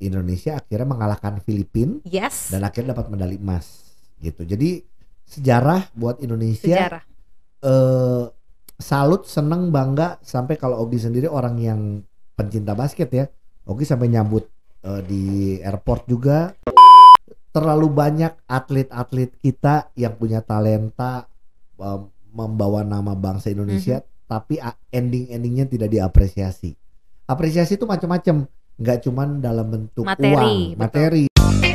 Indonesia akhirnya mengalahkan Filipina Yes. dan akhirnya dapat medali emas gitu. Jadi sejarah buat Indonesia. Sejarah. Salut, seneng, bangga, sampai kalau Ogi sendiri orang yang pencinta basket ya. Ogi sampai nyambut di airport juga. Terlalu banyak atlet-atlet kita yang punya talenta membawa nama bangsa Indonesia, tapi ending-endingnya tidak diapresiasi. Apresiasi itu macam-macam, nggak cuman dalam bentuk Materi, uang, materi.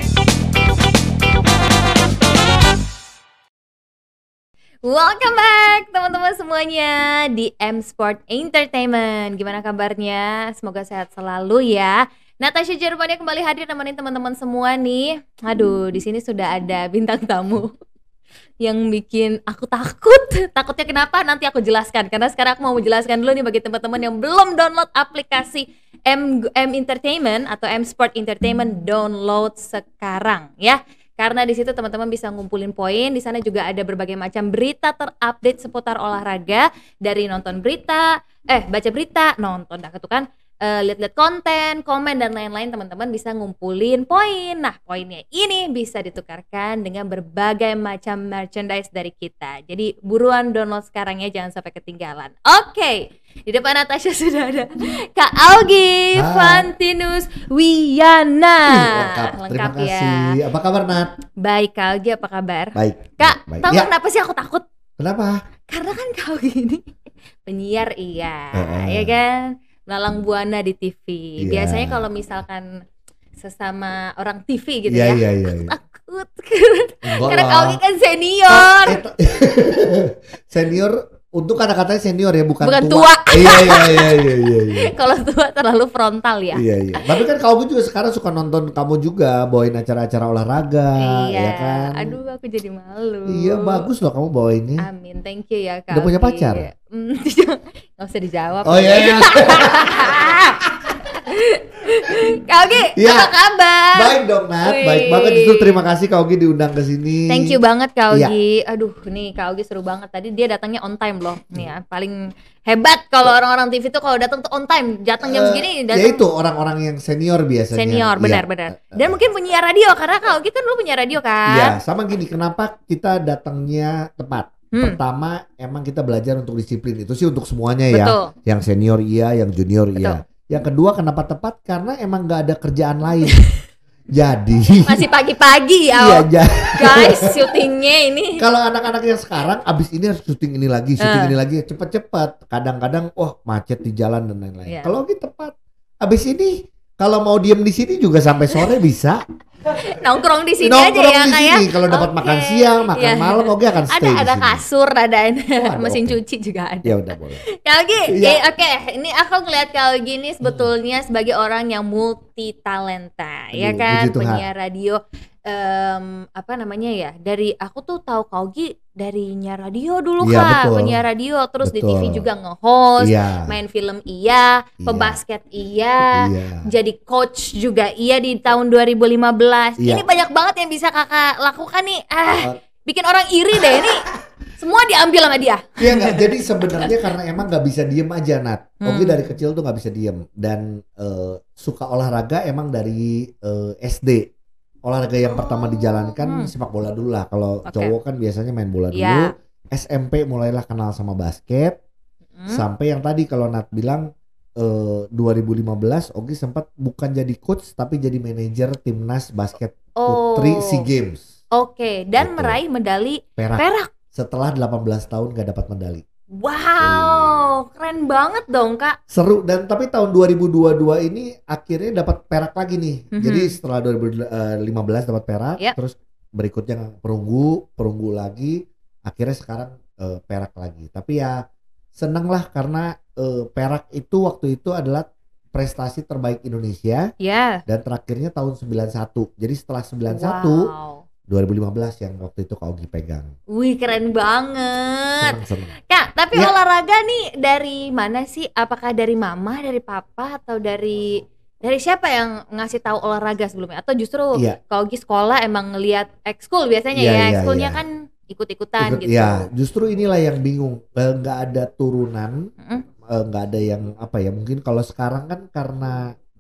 Welcome back teman-teman semuanya di M Sport Entertainment. Gimana kabarnya? Semoga sehat selalu ya. Natasha Jermania kembali hadir nemenin teman-teman semua nih. Aduh, di sini sudah ada bintang tamu yang bikin aku takut. Takutnya kenapa? Nanti aku jelaskan. Karena sekarang aku mau menjelaskan dulu nih bagi teman-teman yang belum download aplikasi M Entertainment atau M Sport Entertainment, download sekarang ya. Karena di situ teman-teman bisa ngumpulin poin. Di sana juga ada berbagai macam berita terupdate seputar olahraga, dari nonton berita, baca berita, nonton dah gitu kan. Lihat-lihat konten, komen dan lain-lain, teman-teman bisa ngumpulin poin. Nah, poinnya ini bisa ditukarkan dengan berbagai macam merchandise dari kita. Jadi buruan download sekarang ya, jangan sampai ketinggalan. Oke. Di depan Natasha sudah ada Kak Augie Fantinus Wiyana. Lengkap terima kasih. Apa kabar, Nat? Baik, Kak Augie apa kabar? Baik. Kak, baik. tahu kenapa sih aku takut? Kenapa? Karena kan Kak Augie ini penyiar ya kan? Melalang buana di TV. Biasanya kalau misalkan sesama orang TV gitu ya. Takut. Karena Kak Augie kan senior. Senior. Untuk kata-katanya senior ya, bukan tua. Iya. Kalau tua terlalu frontal ya. Iya. Tapi kan kamu juga sekarang suka nonton kamu juga bawain acara-acara olahraga, ya kan? Aduh, aku jadi malu. Iya, bagus loh kamu bawainnya. Amin, thank you ya Kak. Udah punya pacar? Nggak usah dijawab. Oh iya. Kak Augie, apa kabar? Baik dong, Nat. Baik banget. Justru terima kasih Kak Augie diundang ke sini. Thank you banget Kak Augie. Aduh, nih Kak Augie seru banget. Tadi dia datangnya on time loh. Nih ya, paling hebat kalau orang-orang TV tuh kalau datang tuh on time. Datang jam segini, datang. Ya itu orang-orang yang senior biasanya. Senior, benar. Dan mungkin penyiar radio, karena Kak Augie kan dulu penyiar radio kan. Iya, sama gini, kenapa kita datangnya tepat? Pertama, emang kita belajar untuk disiplin. Itu sih untuk semuanya ya. Betul. Yang senior iya, yang junior iya. Yang kedua, kenapa tepat? Karena emang gak ada kerjaan lain. Jadi masih pagi-pagi ya. Iya, guys, syutingnya ini. Kalau anak-anak yang sekarang abis ini harus syuting ini lagi, cepet-cepet. Kadang-kadang macet di jalan dan lain-lain. Kalau kita tepat, abis ini kalau mau diem di sini juga sampai sore bisa. Nongkrong di sini aja ya kayak. Kalau dapat makan siang, makan malam, oke akan stay di sini. Ada kasur, ada mesin cuci juga ada. Ya udah boleh. Kak Augie, ini aku ngeliat Kak Augie ini sebetulnya sebagai orang yang multi talenta, ya kan, penyiar radio. Apa namanya ya? Dari aku tuh tahu Kak Augie dari nyiar radio dulu Kak, penyiar radio, terus di TV juga nge-host, main film pebasket jadi coach juga di tahun 2015. Ini banyak banget yang bisa Kakak lakukan nih. Bikin orang iri deh ini. Semua diambil sama dia. Iya enggak, jadi sebenarnya karena emang nggak bisa diem aja, Nat. Ogi dari kecil tuh nggak bisa diem dan suka olahraga emang dari SD. Olahraga yang pertama dijalankan sepak bola dulu lah. Kalau cowok kan biasanya main bola dulu. SMP mulailah kenal sama basket. Sampai yang tadi kalau Nat bilang 2015 Ogi sempat bukan jadi coach tapi jadi manajer timnas basket putri SEA Games. Dan meraih medali perak. Setelah 18 tahun gak dapat medali. Wow, keren banget dong Kak. Seru, dan tapi tahun 2022 ini akhirnya dapat perak lagi nih. Jadi setelah 2015 dapat perak, terus berikutnya perunggu lagi, akhirnya sekarang perak lagi. Tapi ya seneng lah karena perak itu waktu itu adalah prestasi terbaik Indonesia. Dan terakhirnya tahun 91. Jadi setelah 91 2015 yang waktu itu Kak Augie pegang. Wih, keren banget. Seneng. Kak, tapi olahraga nih dari mana sih? Apakah dari mama, dari papa, atau dari siapa yang ngasih tahu olahraga sebelumnya? Atau justru Kak Augie sekolah emang ngelihat ekskul biasanya ekskulnya kan ikut-ikutan gitu. Iya, justru inilah yang bingung. Nggak ada turunan, nggak ada yang mungkin kalau sekarang kan karena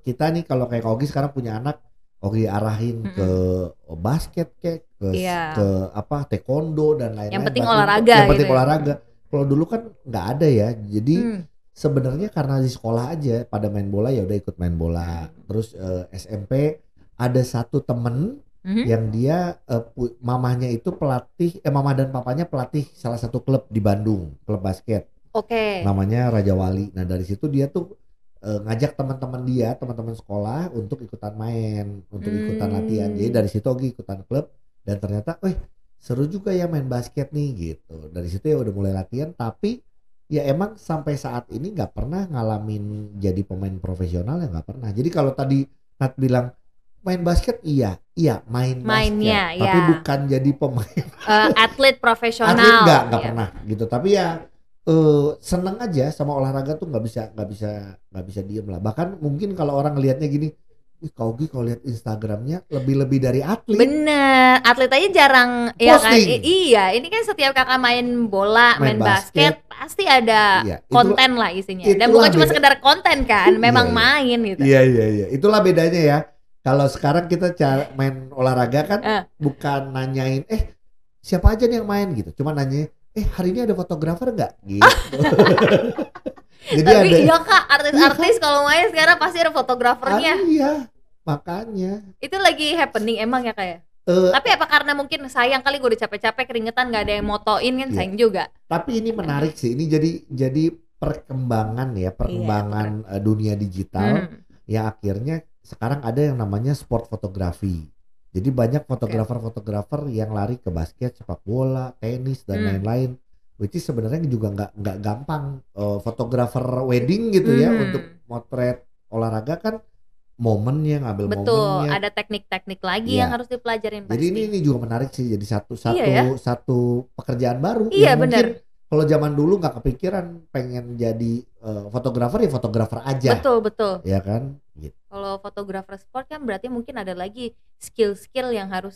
kita nih kalau kayak Ogi sekarang punya anak, Ogi arahin ke basket kek, ke apa taekwondo dan lain-lain. Yang penting badminton, olahraga yang penting gitu ya. olahraga. Kalau dulu kan nggak ada ya, jadi sebenarnya karena di sekolah aja pada main bola ya udah ikut main bola. Terus SMP ada satu temen yang dia mamahnya itu pelatih, mama dan papanya pelatih salah satu klub di Bandung, klub basket. Oke. Namanya Raja Wali. Nah dari situ dia tuh ngajak teman-teman dia, teman-teman sekolah untuk ikutan main, untuk ikutan latihan. Jadi dari situ Ogi ikutan klub dan ternyata, seru juga ya main basket nih gitu. Dari situ ya udah mulai latihan, tapi ya emang sampai saat ini nggak pernah ngalamin jadi pemain profesional, ya nggak pernah. Jadi kalau tadi Nat bilang main basket, iya main Mainnya, basket, tapi bukan jadi pemain atlet profesional. atlet nggak pernah gitu. Tapi ya seneng aja sama olahraga tuh nggak bisa diem lah. Bahkan mungkin kalau orang ngelihatnya gini, Kak Ogi kalau lihat Instagramnya lebih dari atlet. Bener, atlet aja jarang ya kan. Posting. Iya, ini kan setiap kakak main bola, main basket pasti ada konten lah isinya. Dan bukan cuma sekedar konten kan, memang main gitu. Iya. Itulah bedanya ya. Kalau sekarang kita main olahraga kan bukan nanyain siapa aja nih yang main gitu. Cuma nanya hari ini ada fotografer nggak gitu. Jadi tapi ada, iya Kak, artis-artis kalau main sekarang pasti ada fotografernya. Iya, makanya. Itu lagi happening emang ya Kak ya? Tapi apa karena mungkin sayang kali gue udah capek-capek keringetan nggak ada yang motoin kan, sayang juga. Tapi ini menarik sih, ini jadi perkembangan dunia digital yang akhirnya sekarang ada yang namanya sport fotografi. Jadi banyak fotografer-fotografer yang lari ke basket, sepak bola, tenis dan lain-lain. Which is sebenarnya juga nggak gampang. Fotografer wedding gitu ya untuk motret olahraga kan momennya, ngambil momennya. Betul, ada teknik-teknik lagi yang harus dipelajarin pasti. Jadi ini juga menarik sih, jadi satu pekerjaan baru. Iya yang benar. Mungkin kalau zaman dulu nggak kepikiran pengen jadi fotografer ya fotografer aja. Betul. Ya kan? Gitu. Kalau fotografer sport kan berarti mungkin ada lagi skill-skill yang harus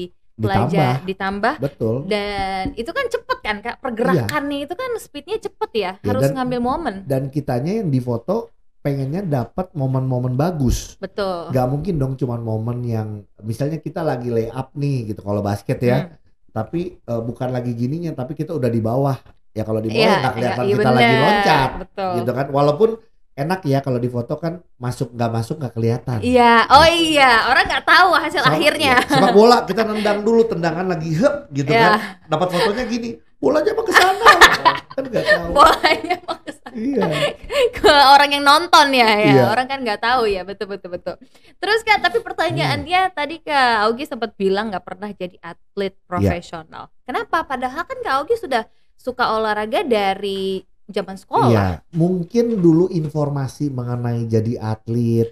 ditambah. Betul. Dan itu kan cepet kan Kak, pergerakannya itu kan speednya cepet ya, harus ngambil momen. Dan kitanya yang difoto pengennya dapat momen-momen bagus. Betul. Gak mungkin dong cuman momen yang misalnya kita lagi lay up nih gitu kalau basket ya. Tapi bukan lagi gininya, tapi kita udah di bawah. Ya kalau di bawah nggak kelihatan kita lagi loncat. Betul. Gitu kan. Walaupun enak ya kalau di foto kan masuk nggak kelihatan. Iya, orang nggak tahu hasil akhirnya. Sepak bola kita nendang dulu, tendangan lagi gitu kan. Dapat fotonya gini, bolanya mah ke sana. Kan nggak tahu. Bolanya mah ke sana. Iya. Ke orang yang nonton ya. Orang kan nggak tahu ya, betul. Terus Kak, tapi pertanyaannya tadi Kak Augie sempat bilang nggak pernah jadi atlet profesional. Kenapa? Padahal kan Kak Augie sudah suka olahraga dari zaman sekolah. Iya, mungkin dulu informasi mengenai jadi atlet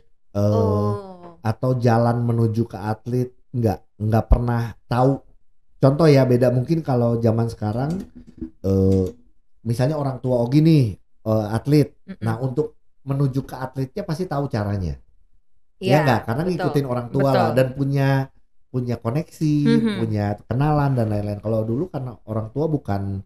atau jalan menuju ke atlet nggak pernah tahu. Contoh ya beda mungkin kalau zaman sekarang misalnya orang tua Ogi nih atlet. Nah, untuk menuju ke atletnya pasti tahu caranya. Ya enggak? Karena ngikutin orang tua lah dan punya koneksi, punya kenalan dan lain-lain. Kalau dulu karena orang tua bukan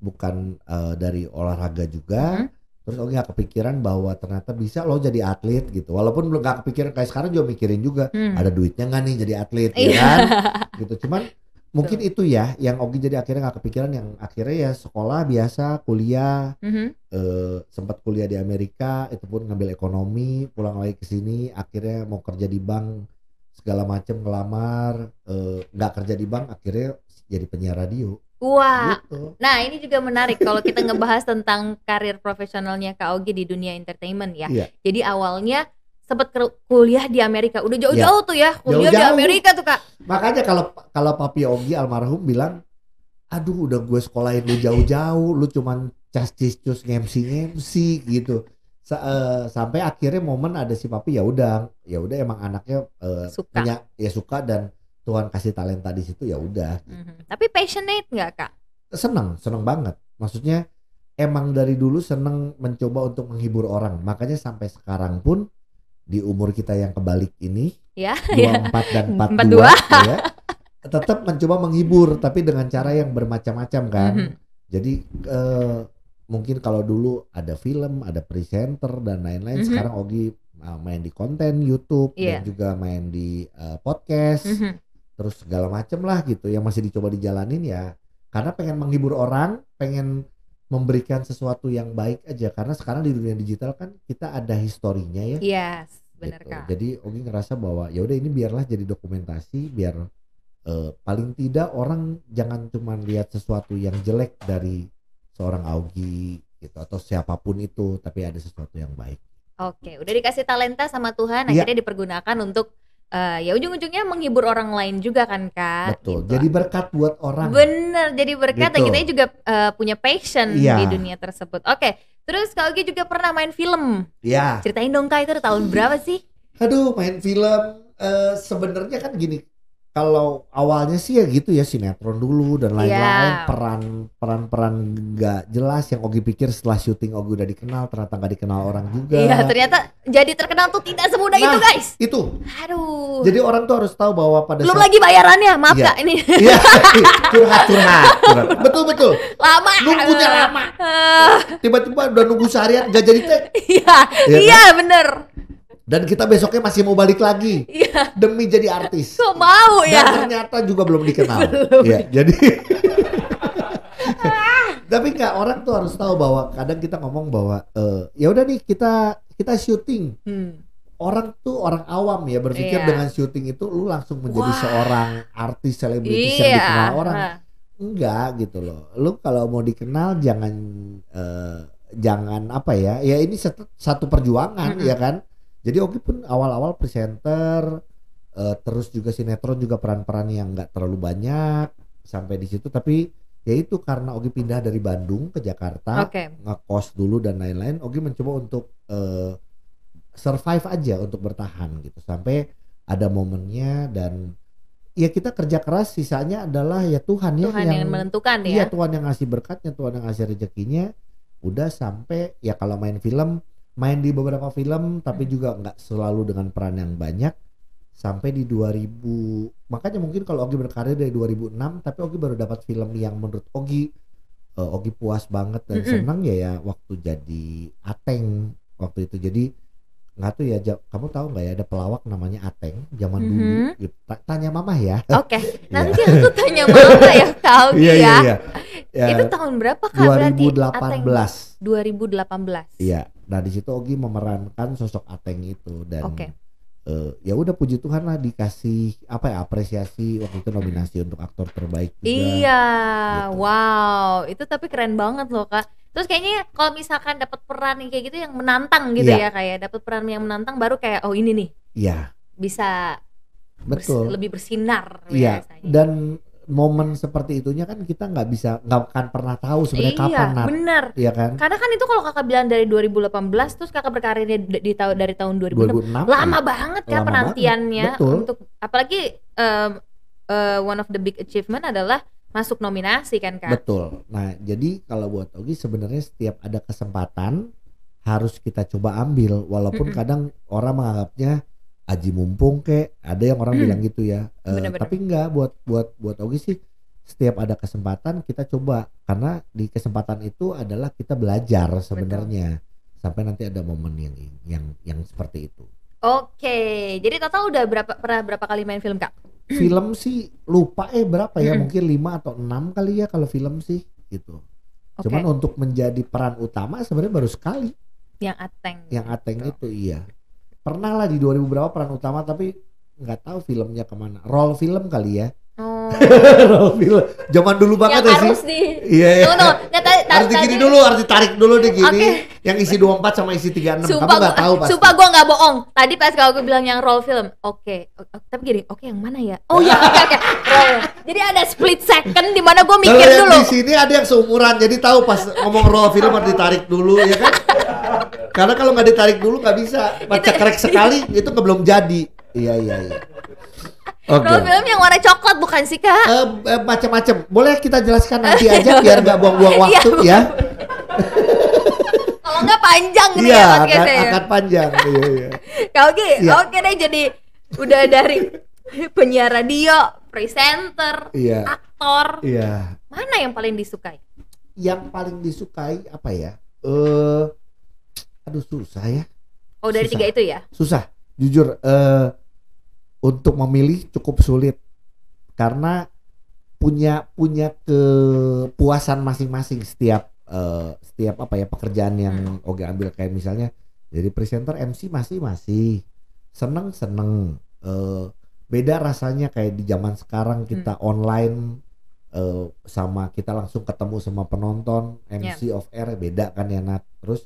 dari olahraga juga, terus Ogi nggak kepikiran bahwa ternyata bisa loh jadi atlet gitu. Walaupun belum nggak kepikiran kayak sekarang juga mikirin juga ada duitnya nggak nih jadi atlet, ya kan? Gitu. Cuman mungkin itu ya yang Ogi jadi akhirnya nggak kepikiran, yang akhirnya ya sekolah biasa, kuliah, sempat kuliah di Amerika, itu pun ngambil ekonomi, pulang lagi ke sini, akhirnya mau kerja di bank segala macem, ngelamar, nggak kerja di bank, akhirnya jadi penyiar radio. Wah, gitu. Nah ini juga menarik kalau kita ngebahas tentang karir profesionalnya Kak Ogi di dunia entertainment ya. Jadi awalnya sempat kuliah di Amerika, udah jauh-jauh tuh ya, kuliah di Amerika tuh Kak. Makanya kalau Papi Ogi almarhum bilang, aduh udah gue sekolahin lu jauh-jauh, lu cuman cas-cis-cus ngemsi gitu. Sampai akhirnya momen ada si Papi, ya udah emang anaknya suka dan Tuhan kasih talenta di situ, ya udah. Tapi passionate nggak Kak? Seneng banget. Maksudnya emang dari dulu seneng mencoba untuk menghibur orang. Makanya sampai sekarang pun di umur kita yang kebalik ini, 24 dan 42 ya, tetap mencoba menghibur tapi dengan cara yang bermacam-macam kan. Jadi mungkin kalau dulu ada film, ada presenter dan lain-lain, sekarang Ogi main di konten YouTube Iya. dan juga main di podcast, terus segala macem lah gitu yang masih dicoba dijalanin ya. Karena pengen menghibur orang, pengen memberikan sesuatu yang baik aja. Karena sekarang di dunia digital kan kita ada historinya ya. Yes, benar Gitu. Kak. Jadi Ogi ngerasa bahwa ya udah ini biarlah jadi dokumentasi, biar paling tidak orang jangan cuma lihat sesuatu yang jelek dari seorang Augie gitu atau siapapun itu, tapi ada sesuatu yang baik. Oke, udah dikasih talenta sama Tuhan, Iya. akhirnya dipergunakan untuk ya ujung-ujungnya menghibur orang lain juga kan Kak. Betul. Gitu. Jadi berkat buat orang. Bener, jadi berkat dan Gitu. kita juga punya passion Iya. di dunia tersebut. Oke, terus Kak Ogi juga pernah main film. Ya. Ceritain dong Kak, itu tahun berapa sih? Aduh, main film sebenarnya kan gini. Kalau awalnya sih ya gitu ya, sinetron dulu dan lain-lain, Iya. peran-peran nggak jelas yang Ogi pikir setelah syuting Ogi udah dikenal, ternyata nggak dikenal orang juga. Iya, ternyata jadi terkenal tuh tidak semudah itu guys. Itu. Aduh. Jadi orang tuh harus tahu bahwa pada Belum saat lagi bayarannya, maaf Iya. Kak ini Iya, curhat. Betul. lama. Nunggunya lama. Tiba-tiba udah nunggu seharian gak jadi tag. Iya, Iya iya bener. Dan kita besoknya masih mau balik lagi Iya, demi jadi artis. kok mau Dan ya? ternyata juga belum dikenal. Iya, jadi tapi nggak, orang tuh harus tahu bahwa kadang kita ngomong bahwa ya udah nih kita syuting. Orang tuh orang awam ya berpikir Iya. dengan syuting itu lu langsung menjadi Wah. seorang artis selebritis yang Iya. dikenal orang. Enggak gitu loh. Lu kalau mau dikenal jangan apa ya? Ya ini satu perjuangan ya kan. Jadi Ogi pun awal-awal presenter, terus juga sinetron juga peran-peran yang nggak terlalu banyak sampai di situ. Tapi ya itu karena Ogi pindah dari Bandung ke Jakarta, Oke. ngekos dulu dan lain-lain. Ogi mencoba untuk survive aja, untuk bertahan gitu sampai ada momennya. Dan ya kita kerja keras, sisanya adalah ya Tuhan ya Tuhan yang menentukan iya, ya. Tuhan yang ngasih berkatnya, Tuhan yang ngasih rezekinya. Udah sampai ya kalau main film, main di beberapa film tapi juga nggak selalu dengan peran yang banyak sampai di 2000. Makanya mungkin kalau Ogi berkarir dari 2006, tapi Ogi baru dapat film yang menurut Ogi puas banget dan senang ya waktu jadi Ateng waktu itu. Jadi nggak tuh ya, kamu tahu nggak ya ada pelawak namanya Ateng zaman dulu gitu. Tanya mama ya. Oke, nanti aku tanya mama ya Kak Ogi ya. Ya, Itu tahun berapa Kak berarti? 2018. 2018. Iya. Nah di situ Ogi memerankan sosok Ateng itu dan Oke. Ya udah puji Tuhan lah dikasih apresiasi waktu itu, nominasi untuk aktor terbaik juga. Iya, Gitu. wow, itu tapi keren banget loh Kak. Terus kayaknya kalau misalkan dapat peran yang kayak gitu yang menantang gitu Iya. ya, kayak dapat peran yang menantang baru kayak oh ini nih Iya, bisa betul. lebih bersinar Iya. biasanya. Dan momen seperti itunya kan kita nggak akan pernah tahu sebenarnya Iya, kapan, Nat. bener. Iya kan? Karena kan itu kalau kakak bilang dari 2018 terus kakak berkarirnya dari tahun 2006, 2006 lama banget kan Lama penantiannya banget, betul. untuk apalagi one of the big achievement adalah masuk nominasi kan Kak. Betul. Nah, jadi kalau buat Ogi sebenarnya setiap ada kesempatan harus kita coba ambil, walaupun kadang orang menganggapnya aji mumpung kek, ada yang orang bilang gitu ya. Bener-bener. Tapi enggak, buat Ogi sih setiap ada kesempatan kita coba, karena di kesempatan itu adalah kita belajar sebenarnya sampai nanti ada momen yang seperti itu. Oke, jadi total udah berapa kali main film Kak? Film sih lupa berapa ya, mungkin 5 atau 6 kali ya kalau film sih gitu. Oke. Cuman untuk menjadi peran utama sebenarnya baru sekali. Yang Ateng. Yang Ateng itu iya. Pernah lah di 2000 berapa peran utama, tapi nggak tahu filmnya kemana. Roll film kali ya. Oh. Roll film. Zaman dulu banget yang ya harus sih. di Iya. Tunggu, Harus digini dulu, harus ditarik dulu deh gini. Oke. Yang isi 24 sama isi 36. Kamu Sumpah, nggak tahu pasti. sumpah gue nggak bohong. Tadi pas kalau gue bilang yang roll film, oke. Tapi gini, oke yang mana ya? Oh ya, oke. Roll. Jadi ada split second di mana gue mikir Kalau yang dulu. di sini ada yang seumuran, jadi tahu pas ngomong roll film harus ditarik dulu ya kan? Karena kalau nggak ditarik dulu nggak bisa. Cekrek sekali itu belum jadi. Iya. Oke. Roll film yang warna coklat bukan sih Kak? Macam-macam. Boleh kita jelaskan nanti aja biar nggak buang-buang waktu ya. Kalau nggak panjang nih Iya, ya podcastnya ya. akan panjang. Iya. Kak Ogi, Iya. oke deh jadi udah dari penyiar radio, presenter, Iya. aktor. Iya. Mana yang paling disukai? Yang paling disukai apa ya? Aduh susah ya. Oh, dari Susah. 3 itu ya? Susah, jujur. Untuk memilih cukup sulit karena punya kepuasan masing-masing setiap apa ya pekerjaan yang Ogi ambil, kayak misalnya jadi presenter, MC masih seneng beda rasanya kayak di zaman sekarang kita online sama kita langsung ketemu sama penonton. MC off air beda kan ya Nat. Terus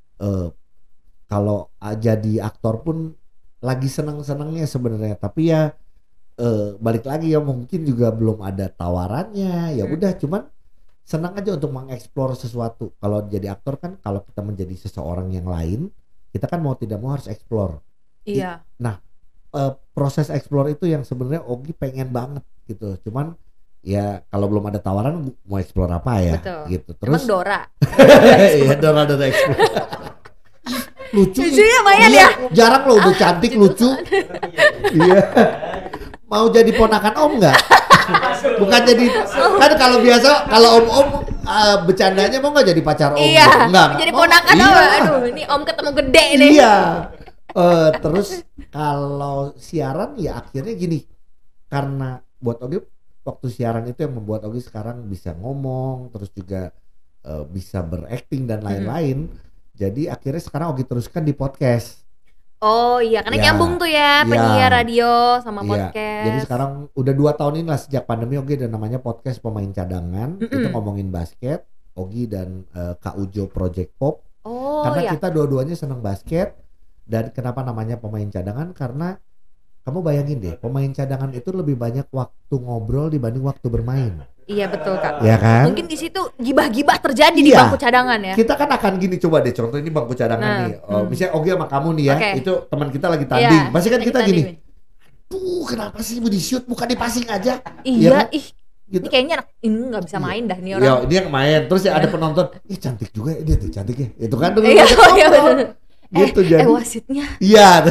kalau jadi aktor pun lagi seneng-senengnya sebenarnya, tapi ya balik lagi ya mungkin juga belum ada tawarannya, ya udah cuman senang aja untuk mengeksplor sesuatu. Kalau jadi aktor kan kalau kita menjadi seseorang yang lain, kita kan mau tidak mau harus eksplor. Iya. Nah, proses eksplor itu yang sebenarnya Ogi pengen banget gitu. Cuman ya kalau belum ada tawaran mau eksplor apa ya. Betul. Gitu. Terus Emang Dora. iya, Dora eksplor. Lucunya lumayan ya. Jarang loh udah cantik lucu. Iya. Mau jadi ponakan Om nggak? Bukan jadi kan kalau biasa kalau Om bercandanya mau nggak jadi pacar Om? Iya. Gitu. Enggak. Jadi ponakan iya. Om. Aduh, ini Om ketemu gede nih. Iya. Terus kalau siaran ya akhirnya gini, karena buat Ogi waktu siaran itu yang membuat Ogi sekarang bisa ngomong, terus juga bisa berakting dan lain-lain. Jadi akhirnya sekarang Ogi teruskan di podcast. Oh iya, karena nyambung tuh ya penyiar radio sama podcast. Jadi sekarang udah 2 tahun ini lah sejak pandemi Ogi ada namanya podcast pemain cadangan. Itu ngomongin basket, Ogi dan Kak Ujo Project Pop. Oh karena kita dua-duanya senang basket. Dan kenapa namanya pemain cadangan? Karena kamu bayangin deh, pemain cadangan itu lebih banyak waktu ngobrol dibanding waktu bermain. Iya betul Kak. Ya kan? Mungkin di situ gibah-gibah terjadi di bangku cadangan ya. Kita kan akan gini, coba deh contoh ini bangku cadangan nih. Misalnya Ogi sama kamu nih ya, itu teman kita lagi tanding. Pasti kan kita gini. Tuh kenapa sih mau di shoot bukan di passing aja? Iya, kan? Gitu. Ini kayaknya ini nggak bisa main dah nih orang. Iya, dia yang main. Terus ya ada penonton, ih cantik juga ya dia tuh, cantik ya. Itu kan dulu. Iya benar. Gitu jadi. Wasitnya. Iya.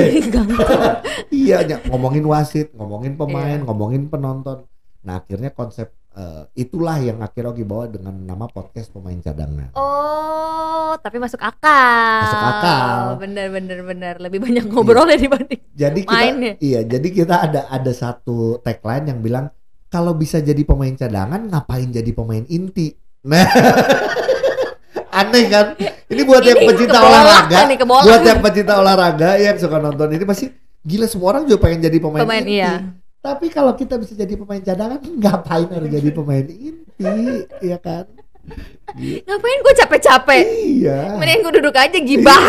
Iya, ngomongin wasit, ngomongin pemain, ngomongin penonton. Nah, akhirnya konsep itulah yang akhirnya Ogi bawa dengan nama podcast pemain cadangan. Oh, tapi masuk akal. Masuk akal. Bener. Lebih banyak ngobrolnya dibanding jadi mainnya. Jadi kita ada satu tagline yang bilang kalau bisa jadi pemain cadangan ngapain jadi pemain inti. Nah, aneh kan? Ini buat yang pecinta olahraga. Buat yang pecinta olahraga yang suka nonton ini pasti gila, semua orang juga pengen jadi pemain inti. Iya. Tapi kalau kita bisa jadi pemain cadangan, ngapain harus jadi pemain inti, ya kan? Ngapain gue capek-capek? Iya. Mending gue duduk aja gibah.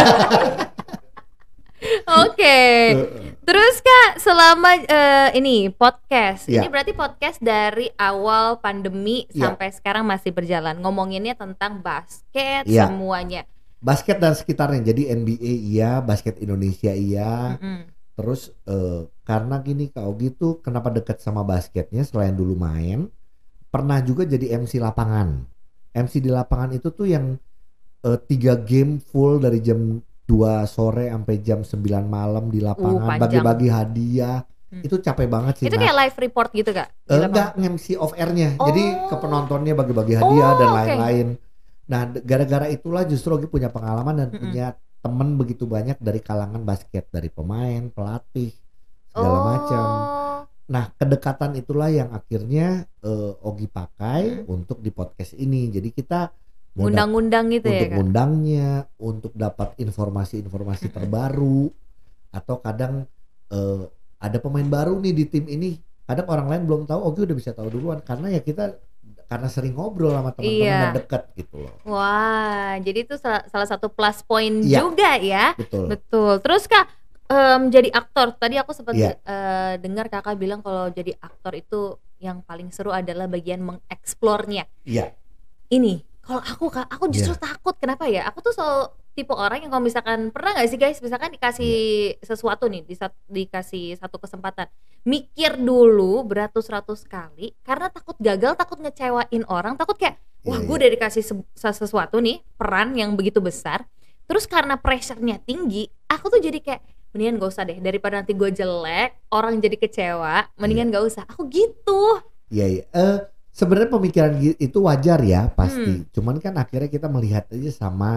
Oke. Terus Kak, selama ini podcast, ini berarti podcast dari awal pandemi sampai sekarang masih berjalan. Ngomonginnya tentang basket semuanya. Basket dan sekitarnya. Jadi NBA iya, basket Indonesia iya. Terus karena gini Kak Ogi tuh kenapa dekat sama basketnya selain dulu main, pernah juga jadi MC lapangan. MC di lapangan itu tuh yang 3 game full dari jam 2 sore sampai jam 9 malam di lapangan, bagi-bagi hadiah. Itu capek banget sih. Itu kayak live report gitu Kak? Enggak, MC off air-nya. Jadi ke penontonnya bagi-bagi hadiah dan lain-lain. Nah, gara-gara itulah justru Ogi punya pengalaman dan punya temen begitu banyak dari kalangan basket, dari pemain, pelatih, segala macam. Nah, kedekatan itulah yang akhirnya Ogi pakai untuk di podcast ini. Jadi kita ngundang-ngundang gitu ya, untuk ngundangnya, untuk dapat informasi-informasi terbaru, atau kadang ada pemain baru nih di tim ini. Kadang orang lain belum tahu, Ogi udah bisa tahu duluan karena ya kita karena sering ngobrol sama teman-teman yang dekat gitu loh. Wah, jadi itu salah satu plus point juga ya. Betul. Terus Kak, jadi aktor. Tadi aku sempat dengar Kakak bilang kalau jadi aktor itu yang paling seru adalah bagian mengeksplornya. Iya. Ini kalau aku justru takut. Kenapa ya? Aku tuh selalu tipe orang yang kalau misalkan pernah nggak sih guys, misalkan dikasih sesuatu nih, dikasih satu kesempatan, mikir dulu beratus-ratus kali karena takut gagal, takut ngecewain orang, takut kayak wah gue udah dikasih sesuatu nih, peran yang begitu besar, terus karena pressure-nya tinggi, aku tuh jadi kayak mendingan gak usah deh, daripada nanti gue jelek, orang jadi kecewa, mendingan gak usah. Aku gitu. Iya. Sebenarnya pemikiran itu wajar ya pasti. Cuman kan akhirnya kita melihat aja sama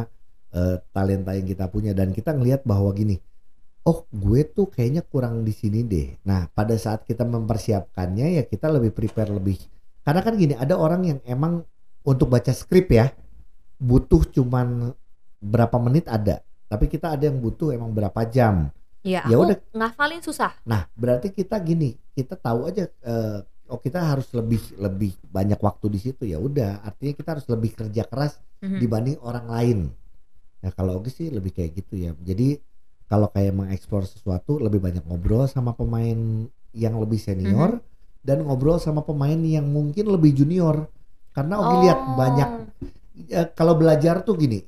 talenta yang kita punya dan kita ngelihat bahwa gini, oh gue tuh kayaknya kurang di sini deh. Nah pada saat kita mempersiapkannya ya kita lebih prepare lebih. Karena kan gini, ada orang yang emang untuk baca skrip ya butuh cuman berapa menit ada, tapi kita ada yang butuh emang berapa jam. Ya Ya aku udah. ngafalin susah. Nah berarti kita gini, kita tahu aja oh kita harus lebih banyak waktu di situ, ya udah artinya kita harus lebih kerja keras dibanding orang lain. Nah kalau Ogi sih lebih kayak gitu ya. Jadi kalau kayak mengeksplor sesuatu lebih banyak ngobrol sama pemain yang lebih senior dan ngobrol sama pemain yang mungkin lebih junior. Karena Ogi lihat banyak kalau belajar tuh gini,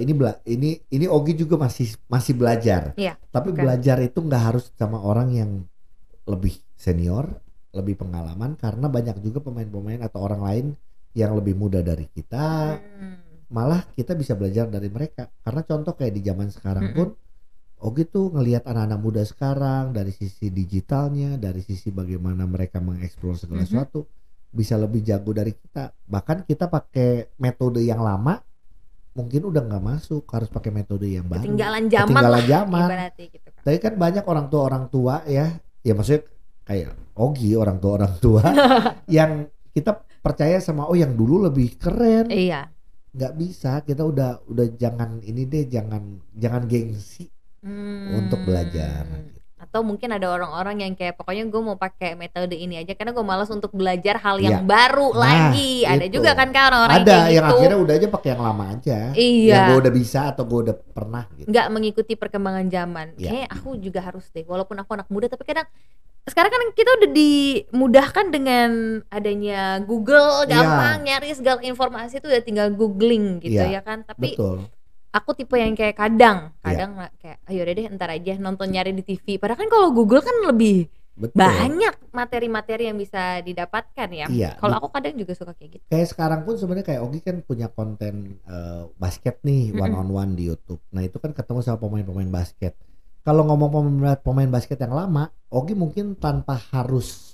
ini Ogi juga masih belajar. Iya, Tapi oke. belajar itu nggak harus sama orang yang lebih senior, lebih pengalaman, karena banyak juga pemain-pemain atau orang lain yang lebih muda dari kita. Malah kita bisa belajar dari mereka. Karena contoh kayak di zaman sekarang pun Ogi tuh ngelihat anak-anak muda sekarang dari sisi digitalnya, dari sisi bagaimana mereka mengeksplor segala sesuatu bisa lebih jago dari kita. Bahkan kita pakai metode yang lama mungkin udah nggak masuk, harus pakai metode yang baru. Ketinggalan zaman Ketinggalan lah zaman. ibaratnya gitu kan. Tapi kan banyak orang tua ya maksudnya kayak Ogi orang tua yang kita percaya sama yang dulu lebih keren. Iya. Nggak bisa, kita udah jangan ini deh, jangan gengsi untuk belajar. Atau mungkin ada orang-orang yang kayak pokoknya gue mau pakai metode ini aja karena gue malas untuk belajar hal Iya. yang baru lagi. Ada itu. juga kan orang-orang Ada kayak yang gitu. akhirnya udah aja pakai yang lama aja. Iya. Yang gue udah bisa atau gue udah pernah gitu. Nggak mengikuti perkembangan zaman. Iya. Kayak aku juga harus deh. Walaupun aku anak muda tapi kadang sekarang kan kita udah dimudahkan dengan adanya Google, gampang nyari segala informasi tuh udah tinggal googling gitu Iya, ya kan. Tapi Betul. aku tipe yang kayak kadang Iya. kayak ayo deh ntar aja nonton nyari di TV. Padahal kan kalau Google kan lebih Betul. banyak materi-materi yang bisa didapatkan ya. Iya. Kalau aku kadang juga suka kayak gitu. Kayak sekarang pun sebenarnya kayak Ogi kan punya konten basket nih one on one di YouTube. Nah itu kan ketemu sama pemain-pemain basket. Kalau ngomong pemain basket yang lama, Ogi mungkin tanpa harus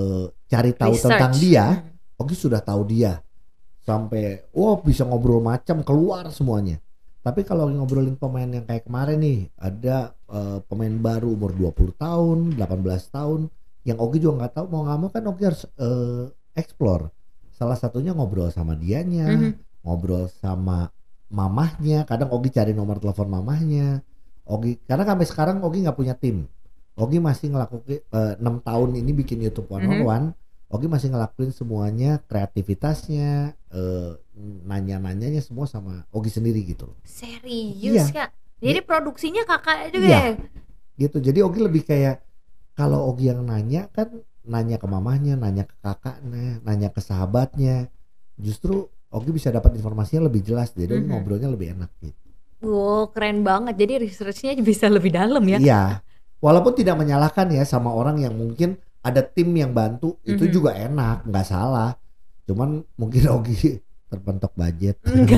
cari tahu Research. tentang dia, Ogi sudah tahu dia sampai bisa ngobrol macam keluar semuanya. Tapi kalau ngobrolin pemain yang kayak kemarin nih, ada pemain baru umur 20 tahun, 18 tahun yang Ogi juga nggak tahu, mau nggak mau kan Ogi harus explore. Salah satunya ngobrol sama dianya, ngobrol sama mamahnya. Kadang Ogi cari nomor telepon mamahnya. Ogi karena sampai sekarang Ogi nggak punya tim. Ogi masih ngelakuin 6 tahun ini bikin YouTube one on one. Ogi masih ngelakuin semuanya, kreativitasnya, nanya-nanyanya semua sama Ogi sendiri gitu loh. Serius Iya. Kak? Jadi produksinya kakak juga Iya. ya? Gitu. Jadi Ogi lebih kayak kalau Ogi yang nanya kan nanya ke mamahnya, nanya ke kakaknya, nanya ke sahabatnya. Justru Ogi bisa dapat informasinya lebih jelas, jadi Ogi ngobrolnya lebih enak gitu. Wow, keren banget. Jadi researchnya bisa lebih dalam ya? Iya. Walaupun tidak menyalahkan ya sama orang yang mungkin ada tim yang bantu, itu juga enak, nggak salah. Cuman mungkin Ogi terpentok budget.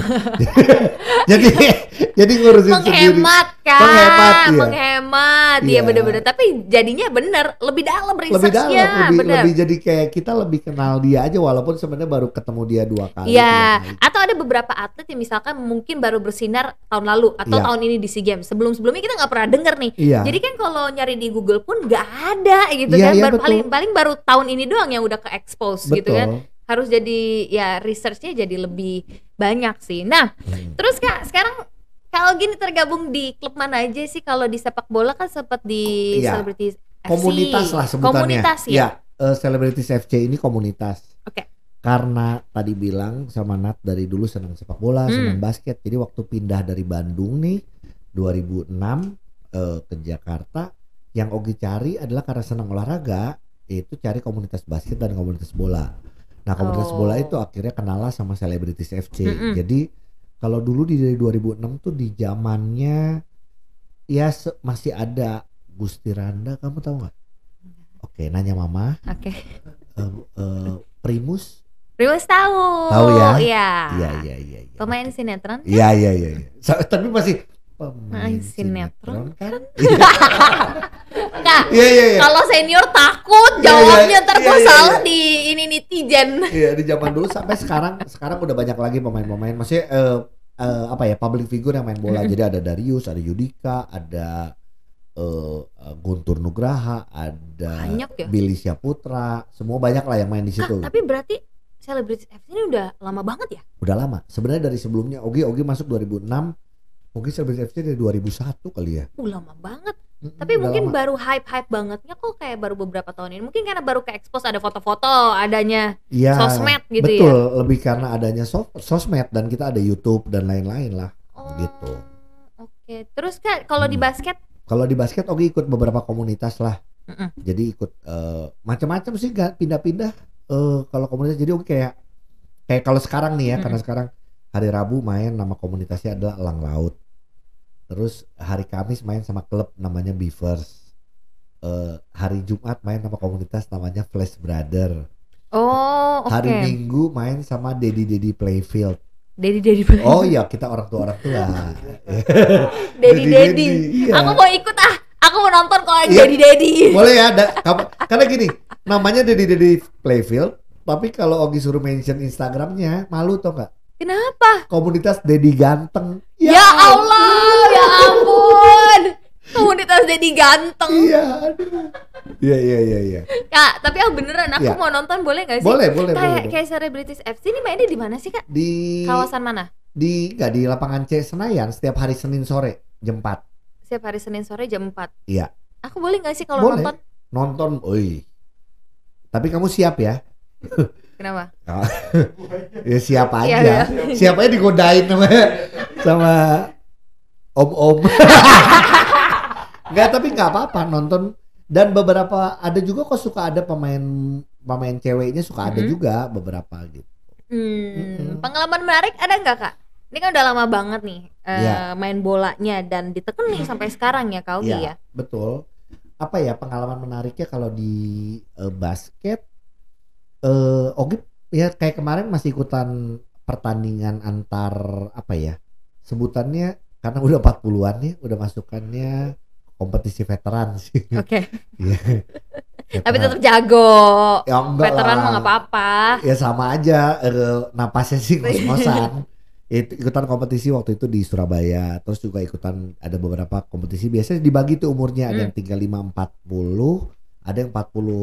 jadi ngurusin sendiri. Menghemat kan? Menghemat, Iya Iya. bener-bener. Tapi jadinya bener, lebih dalam Lebih dalam, researchnya. Bener. lebih jadi kayak kita lebih kenal dia aja walaupun sebenarnya baru ketemu dia 2 kali. Iya, 3 kali. atau ada beberapa atlet yang misalkan mungkin baru bersinar tahun lalu atau Iya. tahun ini di SEA Games. Sebelum-sebelumnya kita nggak pernah denger nih. Iya. Jadi kan kalau nyari di Google pun nggak ada gitu Iya, kan. iya, Baru betul. paling baru tahun ini doang yang udah ke expose gitu Betul. kan. Harus jadi ya researchnya jadi lebih banyak sih. Nah, terus Kak sekarang kalau gini tergabung di klub mana aja sih? Kalau di sepak bola kan sempat di Iya. Celebrity FC. Komunitas lah sebutannya. Komunitas ya. Celebrities FC ini komunitas. Oke. Karena tadi bilang sama Nat dari dulu senang sepak bola, senang basket. Jadi waktu pindah dari Bandung nih 2006 ke Jakarta, yang Ogi cari adalah karena senang olahraga, itu cari komunitas basket dan komunitas bola. Nah komunitas bola itu akhirnya kenalah sama Celebrities FC. Jadi kalau dulu dari 2006 tuh di zamannya ya masih ada Gusti Randa, kamu tahu nggak? Oke, nanya mama. Oke. Primus. Primus tahu. Tahu ya? Iya. Iya. Pemain sinetron. Iya. Tapi masih pemain sinetron kan? Kak, Iya. kalau senior takut Iya, jawabnya ntar gue iya. salah di ini netizen. Iya, di zaman dulu sampai sekarang udah banyak lagi pemain-pemain. Maksudnya apa ya, public figure yang main bola. Jadi ada Darius, ada Yudika, ada Guntur Nugraha, ada Banyak ya. Billy Syahputra, semua banyak lah yang main di situ. Tapi berarti Celebrity FC ini udah lama banget ya? Udah lama. Sebenarnya dari sebelumnya Ogi masuk 2006, mungkin Celebrity FC dari 2001 kali ya. Lama banget. Tapi mungkin baru hype bangetnya kok kayak baru beberapa tahun ini. Mungkin karena baru ke expose ada foto-foto adanya sosmed gitu betul, ya. Betul, lebih karena adanya sosmed dan kita ada YouTube dan lain-lain lah. Gitu. Oke. Terus Kak kalau di basket? Kalau di basket Ogi ikut beberapa komunitas lah. Jadi ikut macam-macam sih, gak pindah-pindah. Kalau komunitas jadi Ogi kayak kalau sekarang nih ya, karena sekarang hari Rabu main nama komunitasnya adalah Elang Laut. Terus hari Kamis main sama klub namanya Beavers. Hari Jumat main sama komunitas namanya Flash Brother. Oh, oke. Hari Minggu main sama Daddy Playfield. Daddy Playfield. Oh iya, kita orang tua. Daddy. Iya. Aku mau ikut Aku mau nonton kalau Daddy. Boleh ya, karena gini, namanya Daddy Playfield, tapi kalau Ogi suruh mention Instagramnya, malu tau gak? Kenapa? Komunitas Daddy Ganteng. Ya Allah, ya ampun. Komunitas Daddy Ganteng. Iya, aduh. Iya. Kak, tapi beneran aku mau nonton, boleh gak sih? Boleh. Kayak Celebrities FC ini mainnya di mana sih Kak? Di kawasan mana? Di lapangan C Senayan setiap hari Senin sore jam 4. Setiap hari Senin sore jam 4. Iya. Aku boleh gak sih kalau nonton? Nonton, tapi kamu siap ya? Kenapa? Ya siap aja. Iya. Siap aja digodain sama om-om. Enggak, tapi nggak apa-apa nonton. Dan beberapa ada juga kok suka ada pemain ceweknya suka ada juga beberapa gitu. Pengalaman menarik ada nggak Kak? Ini kan udah lama banget nih main bolanya dan ditekuni sampai sekarang ya Kak Ogi ya. Betul. Apa ya pengalaman menariknya kalau di basket? Ogi ya kayak kemarin masih ikutan pertandingan antar apa ya sebutannya karena udah 40-an ya, udah masukannya kompetisi veteran sih. Oke. Iya. Tapi tetap jago. Ya enggak veteran lah. mah nggak apa-apa. Ya sama aja, napasnya sih ngos-ngosan. Ikutan kompetisi waktu itu di Surabaya, terus juga ikutan ada beberapa kompetisi. Biasanya dibagi tuh umurnya, ada yang 35-40, ada yang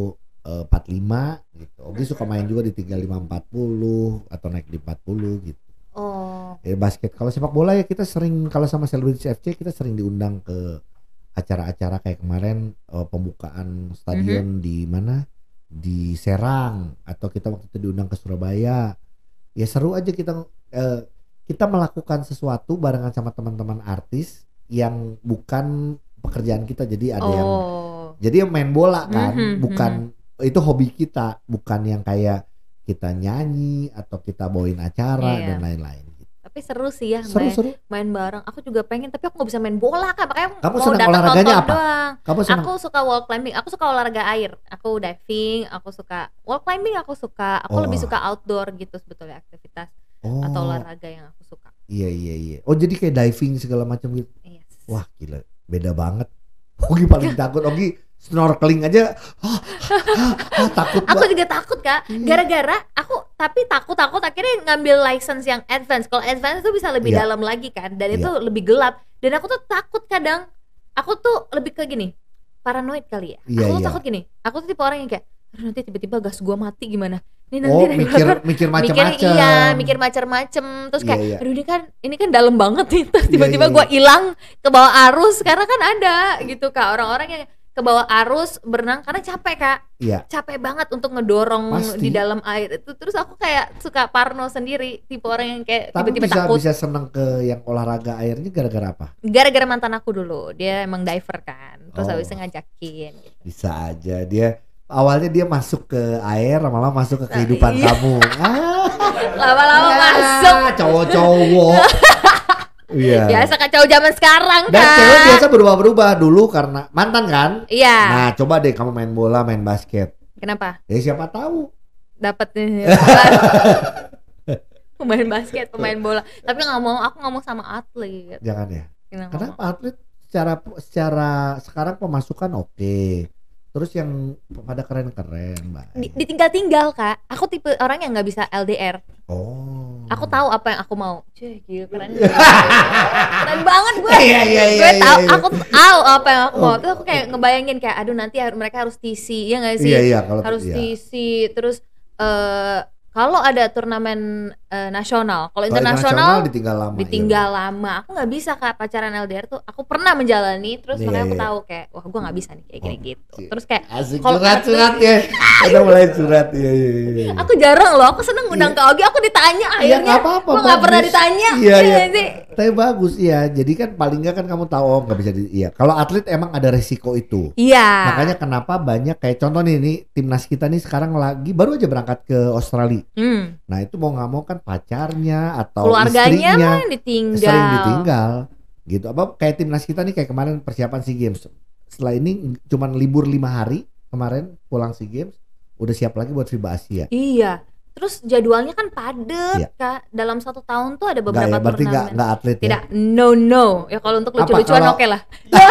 40-45 gitu. Ogi suka main juga di 35-40 atau naik di 40 gitu. Oh. Basket. Kalau sepak bola ya kita sering, kalau sama Celebrity FC kita sering diundang ke acara-acara kayak kemarin pembukaan stadion di mana? Di Serang, atau kita waktu itu diundang ke Surabaya. Ya seru aja kita melakukan sesuatu barengan sama teman-teman artis yang bukan pekerjaan kita. Jadi ada yang main bola kan, bukan itu hobi kita, bukan yang kayak kita nyanyi atau kita bawain acara dan lain-lain. Tapi seru sih ya seru. main bareng. Aku juga pengen, tapi aku nggak bisa main bola Kak. Makanya kamu mau senang datang olahraganya nonton apa? doang. Aku suka wall climbing, aku suka olahraga air. Aku diving, aku suka wall climbing, aku lebih suka outdoor gitu sebetulnya aktivitas atau olahraga yang aku suka. Iya. Oh jadi kayak diving segala macam gitu. Yes. Wah gila, beda banget. Ogi paling takut, Ogi snorkeling aja takut. Aku juga takut Kak, gara-gara aku tapi takut akhirnya ngambil license yang advance. Kalau advance itu bisa lebih dalam lagi kan, dan itu lebih gelap. Dan aku tuh takut kadang, aku tuh lebih ke gini, paranoid kali ya. Aku tuh takut gini, aku tuh tipe orang yang kayak nanti tiba-tiba gas gua mati gimana. Ini nanti mikir macam-macam. Mikir macam-macam. Terus kayak aduh ini kan dalam banget nih. Terus tiba-tiba gua hilang ke bawah arus, karena kan ada gitu Kak orang-orang yang ke bawah arus berenang karena capek Kak. Capek banget untuk ngedorong di dalam air itu. Terus aku kayak suka parno sendiri, tipe orang yang kayak tiba-tiba takut. Bisa seneng ke yang olahraga airnya gara-gara apa? Gara-gara mantan aku dulu, dia emang diver kan. Terus habis itu ngajakin gitu. Bisa aja awalnya dia masuk ke air, lama-lama masuk ke kehidupan kamu. Lama-lama masuk. Cowok-cowok. Iya. Biasa kacau zaman sekarang kan. Dan cewek biasa berubah-berubah dulu karena mantan kan. Iya. Nah coba deh kamu main bola, main basket. Kenapa? Ya siapa tahu. Dapat nih. Pemain basket, pemain bola. Tapi aku nggak mau sama atlet. Jangan ya. Kenapa atlet secara sekarang pemasukan oke. Terus yang pada keren-keren, Mbak. Ditinggal-tinggal Kak. Aku tipe orang yang nggak bisa LDR. Aku tahu apa yang aku mau. Cuy, gila keren. Keren banget gue. Iya. Aku tahu apa yang aku mau. Terus aku kayak ngebayangin kayak aduh nanti mereka harus TC, ya nggak sih? Iya, kalau harus TC terus kalau ada turnamen nasional, kalau internasional ditinggal lama. Aku nggak bisa Kak, pacaran LDR tuh. Aku pernah menjalani, terus makanya aku tahu kayak wah gue nggak bisa nih kayak gini gitu. Terus kayak kalau curhat ya, udah mulai curhat ya. Aku jarang loh, aku seneng undang Kak Ogi, aku ditanya akhirnya. Gue nggak pernah ditanya. Iya. Tapi bagus ya. Jadi kan paling nggak kan kamu tahu nggak bisa iya. Kalau atlet emang ada resiko itu. Iya. Makanya kenapa banyak kayak contoh nih timnas kita nih sekarang lagi baru aja berangkat ke Australia. Nah itu mau nggak mau kan pacarnya atau keluarganya istrinya sering ditinggal gitu. Apa kayak timnas kita nih kayak kemarin persiapan SEA Games. Setelah ini cuman libur 5 hari kemarin pulang SEA Games udah siap lagi buat FIBA Asia. Iya. Terus jadwalnya kan padet Kak. Dalam 1 tahun tuh ada beberapa turnamen. Berarti nggak atlet ya? Tidak, no. Ya kalau untuk lucu-lucuan oke lah.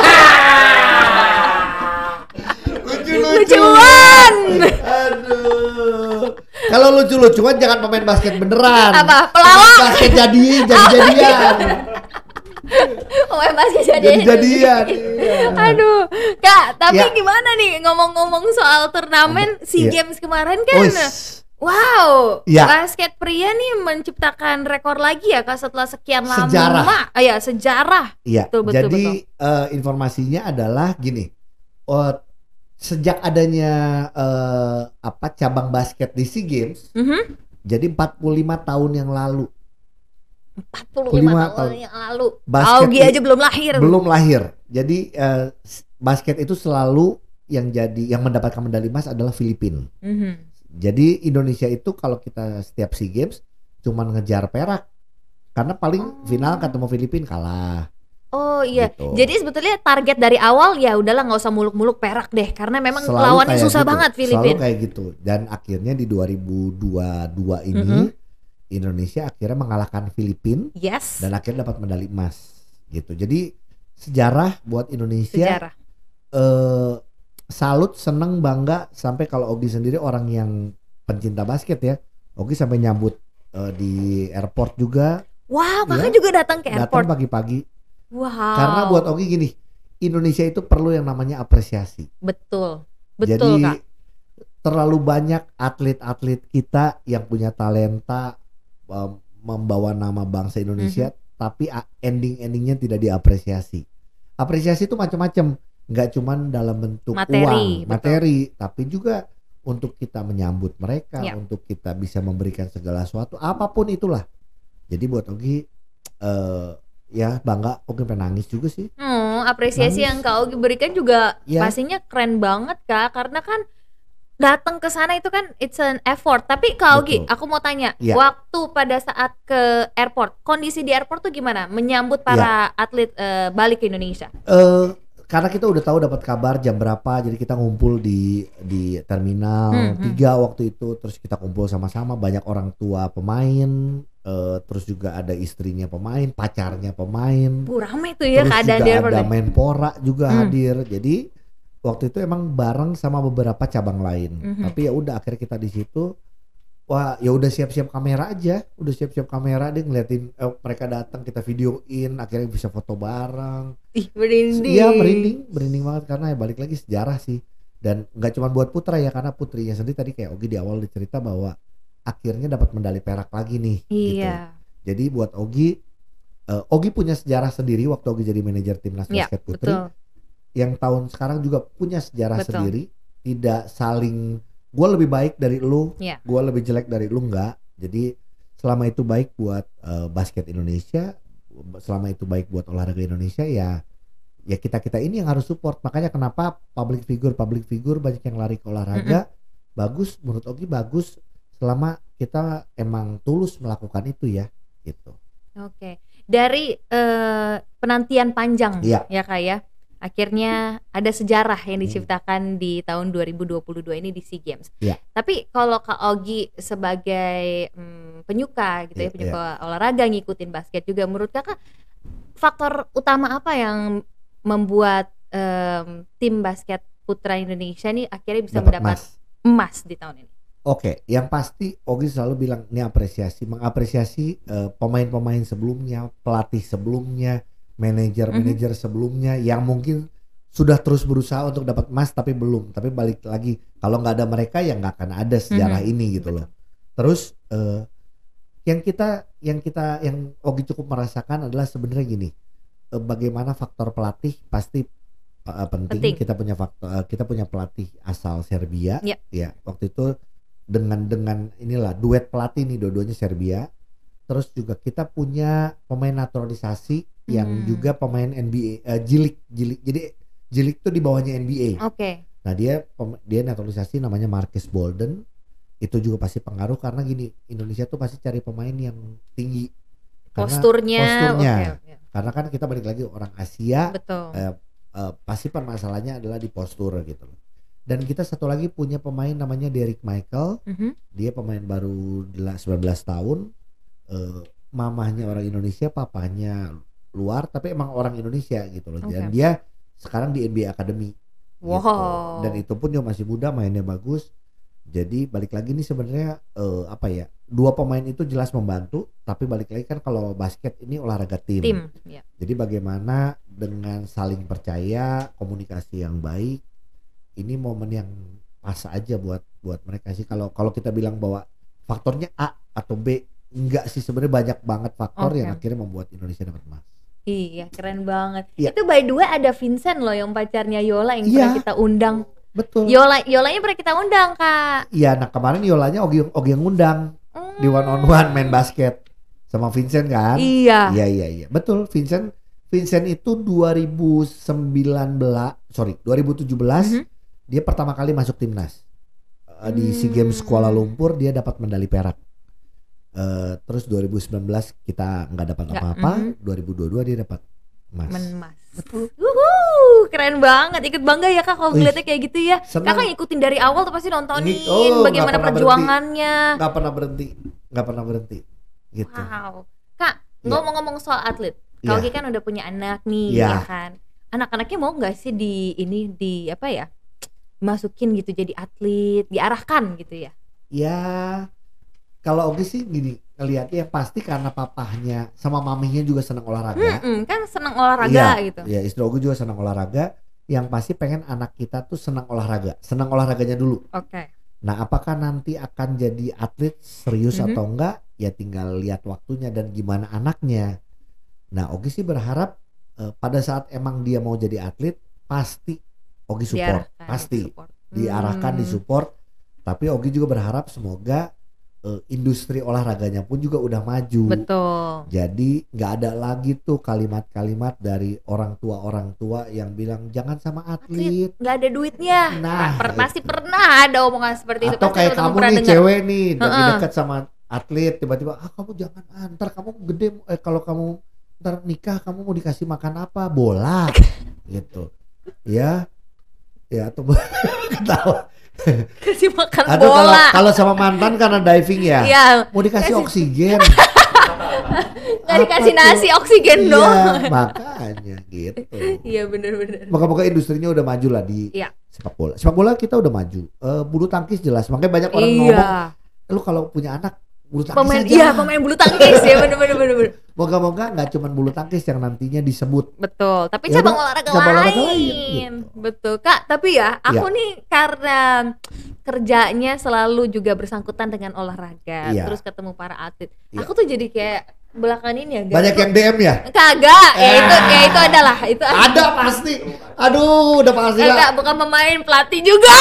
Lucu-lucuan. Aduh. Kalau lucu-lucuan jangan pemain basket beneran. Apa? Pelawak. Basket jadi-jadian. Pemain basket jadi-jadian. Aduh. Kak, tapi gimana nih ngomong-ngomong soal turnamen SEA Games kemarin kan? Wow, basket pria nih menciptakan rekor lagi ya Kak setelah sekian lama. Sejarah. Iya. Jadi informasinya adalah gini. Sejak adanya cabang basket di SEA Games, jadi 45 tahun yang lalu. 45 tahun yang lalu. Augie aja belum lahir. Belum lahir. Jadi basket itu selalu yang mendapatkan medali emas adalah Filipina. Jadi Indonesia itu kalau kita setiap SEA Games cuman ngejar perak. Karena paling final ketemu Filipina kalah. Oh iya, gitu. Jadi sebetulnya target dari awal ya udahlah nggak usah muluk-muluk perak deh, karena memang lawannya susah banget Filipina. Selalu kayak gitu. Dan akhirnya di 2022 ini Indonesia akhirnya mengalahkan Filipina. Dan akhirnya dapat medali emas. Gitu. Jadi sejarah buat Indonesia. Salut, seneng, bangga. Sampai kalau Ogi sendiri orang yang pencinta basket ya, Ogi sampai nyambut di airport juga. Wow, Kakak juga datang ke airport. Datang pagi-pagi. Wow. Karena buat Ogi gini, Indonesia itu perlu yang namanya apresiasi. Betul Jadi, Kak. Terlalu banyak atlet-atlet kita yang punya talenta membawa nama bangsa Indonesia, tapi endingnya tidak diapresiasi. Apresiasi itu macam-macam, nggak cuman dalam bentuk materi, tapi juga untuk kita menyambut mereka, untuk kita bisa memberikan segala sesuatu, apapun itulah. Jadi buat Ogi ya bangga, Ogi pengen nangis juga sih. Apresiasi yang Kak Ogi berikan juga pastinya keren banget Kak, karena kan datang ke sana itu kan it's an effort. Tapi Kak Ogi, aku mau tanya, waktu pada saat ke airport, kondisi di airport tuh gimana menyambut para atlet balik ke Indonesia? Karena kita udah tahu dapat kabar jam berapa, jadi kita ngumpul di terminal 3 waktu itu, terus kita kumpul sama-sama, banyak orang tua pemain. Terus juga ada istrinya pemain, pacarnya pemain. Ramai tuh ya keadaan dia. Terus juga ada Menpora juga hadir. Jadi waktu itu emang bareng sama beberapa cabang lain. Tapi ya udah akhirnya kita di situ. Wah, ya udah siap-siap kamera aja. Udah siap-siap kamera, dia ngeliatin mereka datang, kita videoin, akhirnya bisa foto bareng. Merinding. Iya, merinding banget karena ya balik lagi sejarah sih. Dan nggak cuma buat putra ya, karena putrinya sendiri tadi kayak Ogi di awal dicerita bahwa akhirnya dapat medali perak lagi nih. Gitu. Jadi buat Ogi punya sejarah sendiri waktu Ogi jadi manajer timnas basket putri. Yang tahun sekarang juga punya sejarah sendiri. Tidak saling gue lebih baik dari lu, gue lebih jelek dari lu, enggak. Jadi selama itu baik buat basket Indonesia, selama itu baik buat olahraga Indonesia ya kita ini yang harus support. Makanya kenapa public figure banyak yang lari ke olahraga. Bagus menurut Ogi, bagus selama kita emang tulus melakukan itu ya gitu. Oke. Dari penantian panjang ya Kak ya, akhirnya ada sejarah yang diciptakan di tahun 2022 ini di SEA Games. Tapi kalau Kak Ogi sebagai penyuka gitu ya, penyuka olahraga, ngikutin basket juga, menurut Kakak faktor utama apa yang membuat tim basket putra Indonesia nih akhirnya bisa mendapat emas di tahun ini? Oke, yang pasti Ogi selalu bilang ini mengapresiasi pemain-pemain sebelumnya, pelatih sebelumnya, manajer-manajer sebelumnya yang mungkin sudah terus berusaha untuk dapat emas tapi belum. Tapi balik lagi, kalau nggak ada mereka ya nggak akan ada sejarah ini gitu loh. Terus yang Ogi cukup merasakan adalah sebenarnya gini, bagaimana faktor pelatih pasti penting. Kita punya pelatih asal Serbia, Ya. ya waktu itu dengan inilah duet pelatih nih, dua-duanya Serbia. Terus juga kita punya pemain naturalisasi yang juga pemain NBA, Jilik. Jadi Jilik tuh di bawahnya NBA. Oke. Nah dia naturalisasi namanya Marcus Bolden. Itu juga pasti pengaruh karena gini, Indonesia tuh pasti cari pemain yang tinggi. Posturnya. Okay. Karena kan kita balik lagi orang Asia. Betul. Pasti permasalahannya adalah di postur gitu loh. Dan kita satu lagi punya pemain namanya Derrick Michael. Dia pemain baru 19 tahun. Mamahnya orang Indonesia, papahnya luar, tapi emang orang Indonesia gitu loh. Dan dia sekarang di NBA Academy. Wow. Gitu. Dan itu pun dia masih muda, mainnya bagus. Jadi balik lagi nih sebenarnya dua pemain itu jelas membantu, tapi balik lagi kan kalau basket ini olahraga tim. Ya. Jadi bagaimana dengan saling percaya, komunikasi yang baik, ini momen yang pas aja buat mereka sih. Kalau kita bilang bahwa faktornya A atau B, enggak sih, sebenarnya banyak banget faktor yang akhirnya membuat Indonesia dapat emas. Iya, keren banget. Ya. Itu by the way ada Vincent loh yang pacarnya Yola yang pernah kita undang. Betul. Yolanya pernah kita undang, Kak. Iya, nah kemarin Yolanya Ogi yang ngundang di one on one main basket sama Vincent kan? Iya. Iya. Betul, Vincent itu 2017 dia pertama kali masuk timnas. Di SEA Games Kuala Lumpur dia dapat medali perak. Terus 2019 kita nggak dapat apa-apa, 2022 dia dapat emas. Betul. Keren banget. Ikut bangga ya Kak kalau ngeliatnya kayak gitu ya. Senang. Kakak ngikutin dari awal tuh pasti nontonin bagaimana perjuangannya. Nggak pernah berhenti. Gitu. Wow. Kak, ngomong-ngomong soal atlet. Kak Ogi kan udah punya anak nih, ya kan. Anak-anaknya mau nggak sih masukin gitu jadi atlet, diarahkan gitu ya? Ya, kalau Ogi sih gini, ngeliatnya pasti karena papahnya sama maminya juga senang olahraga. Kan senang olahraga gitu. Iya, istri Ogi juga senang olahraga. Yang pasti pengen anak kita tuh senang olahraga, senang olahraganya dulu. Oke. Nah, apakah nanti akan jadi atlet serius atau enggak? Ya tinggal lihat waktunya dan gimana anaknya. Nah, Ogi sih berharap pada saat emang dia mau jadi atlet, pasti Ogi support, diarahkan, disupport. Tapi Ogi juga berharap semoga industri olahraganya pun juga udah maju. Betul. Jadi nggak ada lagi tuh kalimat-kalimat dari orang tua yang bilang jangan sama atlet. Nggak ada duitnya. Nah, pasti pernah ada omongan seperti itu. Atau kayak kamu nih cewek nih, lagi dekat sama atlet, tiba-tiba kamu jangan ntar kamu gede, kalau kamu ntar nikah kamu mau dikasih makan apa? Bola. Gitu. Ya atau ketawa. Kasih makan Aduh, bola. Kalau sama mantan karena diving ya. Iya. Mau dikasih oksigen. Nggak dikasih nasi, oksigen dong. Iya, makanya gitu. Iya benar-benar. Moga-moga industrinya udah maju lah di sepak bola. Sepak bola kita udah maju. Bulu tangkis jelas. Makanya banyak orang ngomong, lu kalau punya anak bulu tangkis aja. Pemain bulu tangkis ya benar. Moga-moga nggak cuma bulu tangkis yang nantinya disebut. Betul, tapi cabang olahraga lain. Gitu. Betul, Kak. Tapi ya, aku nih karena kerjanya selalu juga bersangkutan dengan olahraga, terus ketemu para atlet. Aku tuh jadi kayak belakangan ini ya. Banyak yang DM ya? Kagak, itu adalah itu. Ada pasti. Aduh, udah pasti lah. Enggak, bukan pemain, pelatih juga.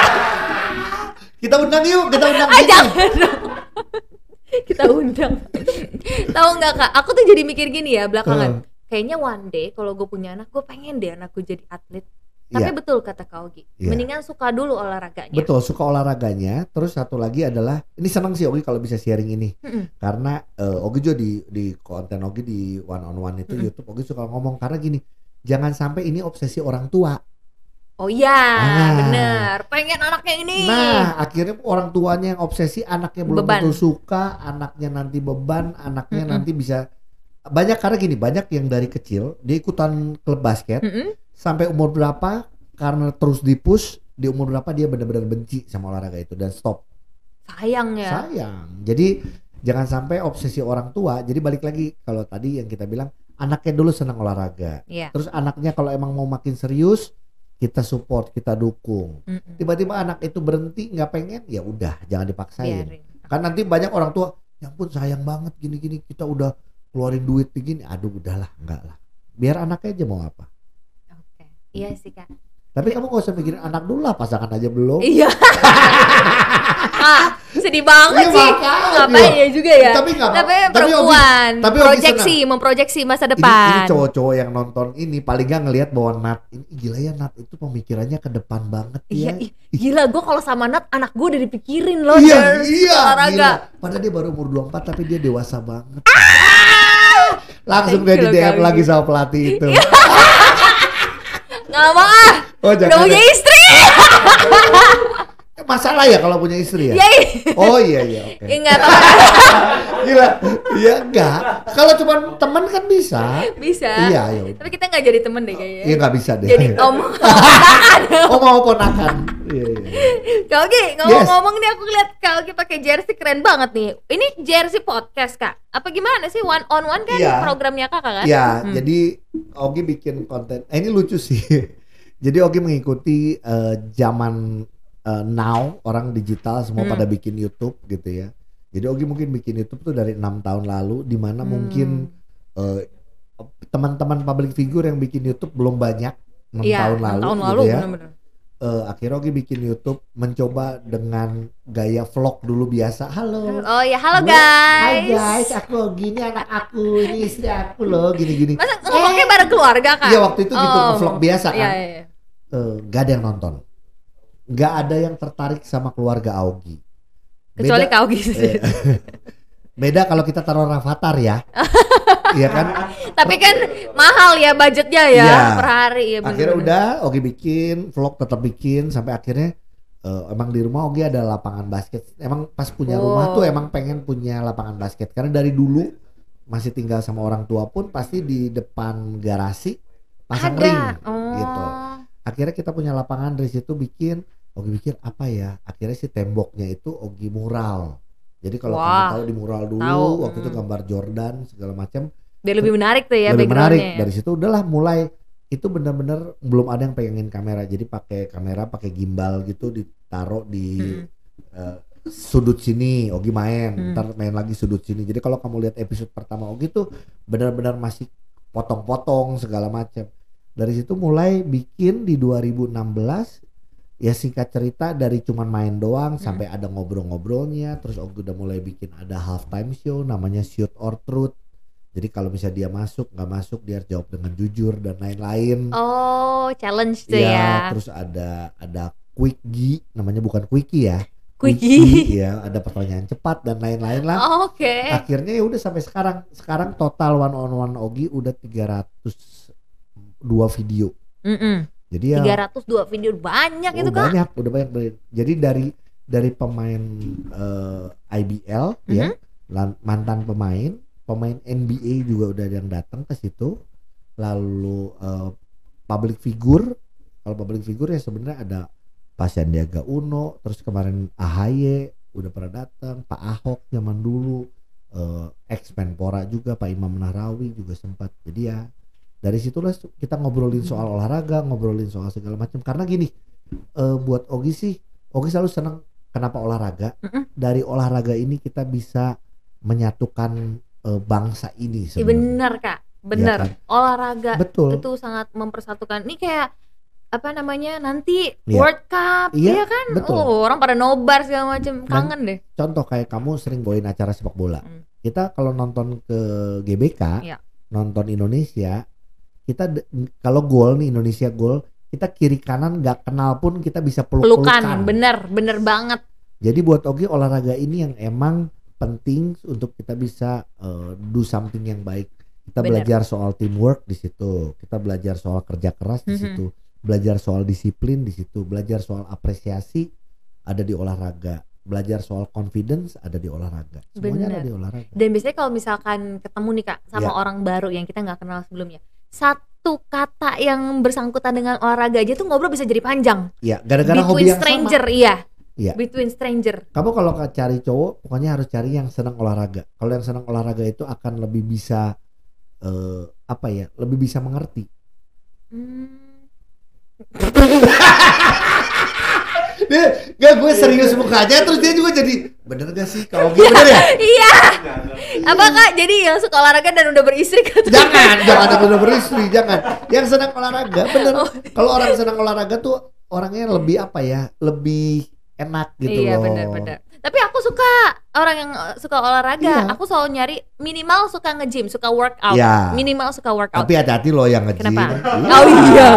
Kita undang yuk, jangan dong. Kita undang. Tahu nggak Kak, aku tuh jadi mikir gini ya belakangan. Kayaknya one day kalau gue punya anak, gue pengen deh anakku jadi atlet. Tapi betul kata Kak Ogi, mendingan suka dulu olahraganya. Betul, suka olahraganya. Terus satu lagi adalah, ini senang sih Ogi kalau bisa sharing ini. Karena Ogi juga di konten Ogi di one on one itu YouTube, Ogi suka ngomong karena gini, jangan sampai ini obsesi orang tua. Oh iya, bener. Pengen anaknya ini. Nah, akhirnya orang tuanya yang obsesi, anaknya belum tentu suka, anaknya nanti beban, anaknya nanti bisa banyak. Karena gini, banyak yang dari kecil dia ikutan klub basket sampai umur berapa, karena terus di-push, di umur berapa dia benar-benar benci sama olahraga itu dan stop. Sayang ya. Sayang. Jadi jangan sampai obsesi orang tua. Jadi balik lagi kalau tadi yang kita bilang anaknya dulu senang olahraga. Iya. Terus anaknya kalau emang mau makin serius kita support, kita dukung. Tiba-tiba anak itu berhenti nggak pengen, ya udah jangan dipaksain. Biarin. Kan nanti banyak orang tua, ya ampun sayang banget gini-gini kita udah keluarin duit begini, aduh udahlah enggak lah. Biar anaknya aja mau apa. Oke. Iya sih Kak. Tapi kamu gak usah mikirin anak dulu lah, pasangan aja belum. Iya. Sedih banget Iya, sih. makanya. Ngapain ya juga ya. Tapi nggak apa- Tapi tapi perempuan Ogi- tapi Ogi proyeksi, memproyeksi masa Ini depan. cowok-cowok yang nonton ini paling gak ngelihat bahwa Nat ini gila ya, Nat itu pemikirannya ke depan banget Iya, ya. gila gue kalau sama Nat anak gue udah dipikirin loh Iya, dari iya, olahraga. gila. Padahal dia baru umur 24 tapi dia dewasa banget. Langsung Thank dia you di loh, DM Kak lagi Ogi. sama pelatih itu. Nggak mau ah, Oh, udah jangan. punya istri. Masalah ya kalau punya istri ya? Iya, Oh iya oke. nggak tahu. Gila. Iya enggak. Kalau cuma teman kan bisa. Bisa. Iya, ya udah. Tapi kita nggak jadi temen deh kayaknya. Iya enggak bisa deh. Jadi omong. Oh mau ponakan. Iya. Kak Ogi, ngomong-ngomong nih aku lihat Kak Ogi pakai jersey keren banget nih. Ini jersey podcast Kak. Apa gimana sih, one on one kan Iya. programnya Kakak kan? Iya, jadi Ogi bikin konten. Ini lucu sih. Jadi Ogi mengikuti zaman now orang digital semua pada bikin YouTube gitu ya. Jadi Ogi mungkin bikin YouTube tuh dari 6 tahun lalu, di mana mungkin teman-teman public figure yang bikin YouTube belum banyak 6 Iya, tahun 6 lalu, tahun gitu lalu ya. bener-bener. Akhirnya Ogi bikin YouTube mencoba dengan gaya vlog dulu biasa. Halo. Oh ya, halo Hai guys. guys, aku gini anak aku, ini istri aku loh, gini-gini. Masa ngomongnya bareng keluarga Kak? Iya waktu itu gitu vlog biasa kan. Iya. Gak ada yang nonton, gak ada yang tertarik sama keluarga Augie. Kecuali Kak Ogi sendiri. Beda kalau kita taruh Rafathar ya. Iya kan. Tapi kan mahal ya budgetnya ya Iya. per hari ya. Akhirnya udah Ogi bikin vlog, tetap bikin sampai akhirnya emang di rumah Ogi ada lapangan basket. Emang pas punya rumah tuh emang pengen punya lapangan basket karena dari dulu masih tinggal sama orang tua pun pasti di depan garasi pasang ring gitu. Akhirnya kita punya lapangan, dari situ Ogi pikir apa ya, akhirnya si temboknya itu Ogi mural. Jadi kalau kamu tahu di mural dulu waktu itu gambar Jordan segala macam, biar lebih menarik tuh ya lebih menarik. backgroundnya. Dari situ udahlah mulai itu benar-benar belum ada yang pegangin kamera, jadi pakai kamera pakai gimbal gitu ditaruh di sudut sini Ogi main, ntar main lagi sudut sini. Jadi kalau kamu lihat episode pertama Ogi tuh benar-benar masih potong-potong segala macam. Dari situ mulai bikin di 2016, ya singkat cerita dari cuman main doang sampai ada ngobrol-ngobrolnya. Terus Ogi udah mulai bikin ada halftime show namanya Shoot or Truth. Jadi kalau misalnya dia masuk nggak masuk dia harus jawab dengan jujur dan lain-lain. Oh, challenge tuh ya. Terus ada quickie, namanya bukan quickie ya. Quickie. Ya, ada pertanyaan cepat dan lain-lain lah. Oh, oke. Akhirnya ya udah sampai sekarang. Sekarang total one on one Ogi udah 302 video. Jadi ya 302 video banyak itu Kak. udah banyak. Jadi dari pemain IBL ya, mantan pemain NBA juga udah ada yang datang ke situ. Lalu public figure, kalau public figure ya sebenarnya ada Pak Sandiaga Uno, terus kemarin AHY udah pernah datang, Pak Ahok zaman dulu, ex-Menpora juga Pak Imam Nahrawi juga sempat. Jadi ya dari situlah kita ngobrolin soal olahraga, ngobrolin soal segala macam. Karena gini, buat Ogi sih, Ogi selalu senang kenapa olahraga. Dari olahraga ini kita bisa menyatukan bangsa ini sebenarnya. Bener Kak, bener. Ya kan? Olahraga Betul. itu sangat mempersatukan. Ini kayak apa namanya nanti Iya. World Cup, Iya, ya kan? betul. Orang pada nobar segala macam, kangen deh. Contoh kayak kamu sering bawain acara sepak bola. Kita kalau nonton ke GBK, Iya. nonton Indonesia, kita kalau gol nih Indonesia gol, kita kiri kanan nggak kenal pun kita bisa peluk-pelukan. Bener banget. Jadi buat Ogi olahraga ini yang emang penting untuk kita bisa do something yang baik. Kita belajar soal teamwork di situ, kita belajar soal kerja keras di situ, belajar soal disiplin di situ, belajar soal apresiasi ada di olahraga, belajar soal confidence ada di olahraga. Semuanya ada di olahraga. Dan biasanya kalau misalkan ketemu nih Kak sama orang baru yang kita nggak kenal sebelumnya, satu kata yang bersangkutan dengan olahraga aja tuh ngobrol bisa jadi panjang. Iya, gara-gara hobi Between yang stranger, sama. iya. Iya. between stranger. Kamu kalau cari cowok, pokoknya harus cari yang senang olahraga. Kalau yang senang olahraga itu akan lebih bisa lebih bisa mengerti. Dia gue serius mukanya, terus dia juga jadi bener gak sih kalau gitu, bener ya? Iya. Apa Kak? Jadi yang suka olahraga dan udah beristri kan? Jangan ada udah beristri, jangan. Yang senang olahraga, bener. Kalau orang senang olahraga tuh orangnya lebih lebih enak gitu iya, loh. Iya benar. Tapi aku suka orang yang suka olahraga. Iya. Aku selalu nyari minimal suka nge-gym, suka workout. Iya. Minimal suka workout. Tapi hati-hati loh yang nge-gym. Kenapa? Oh iya.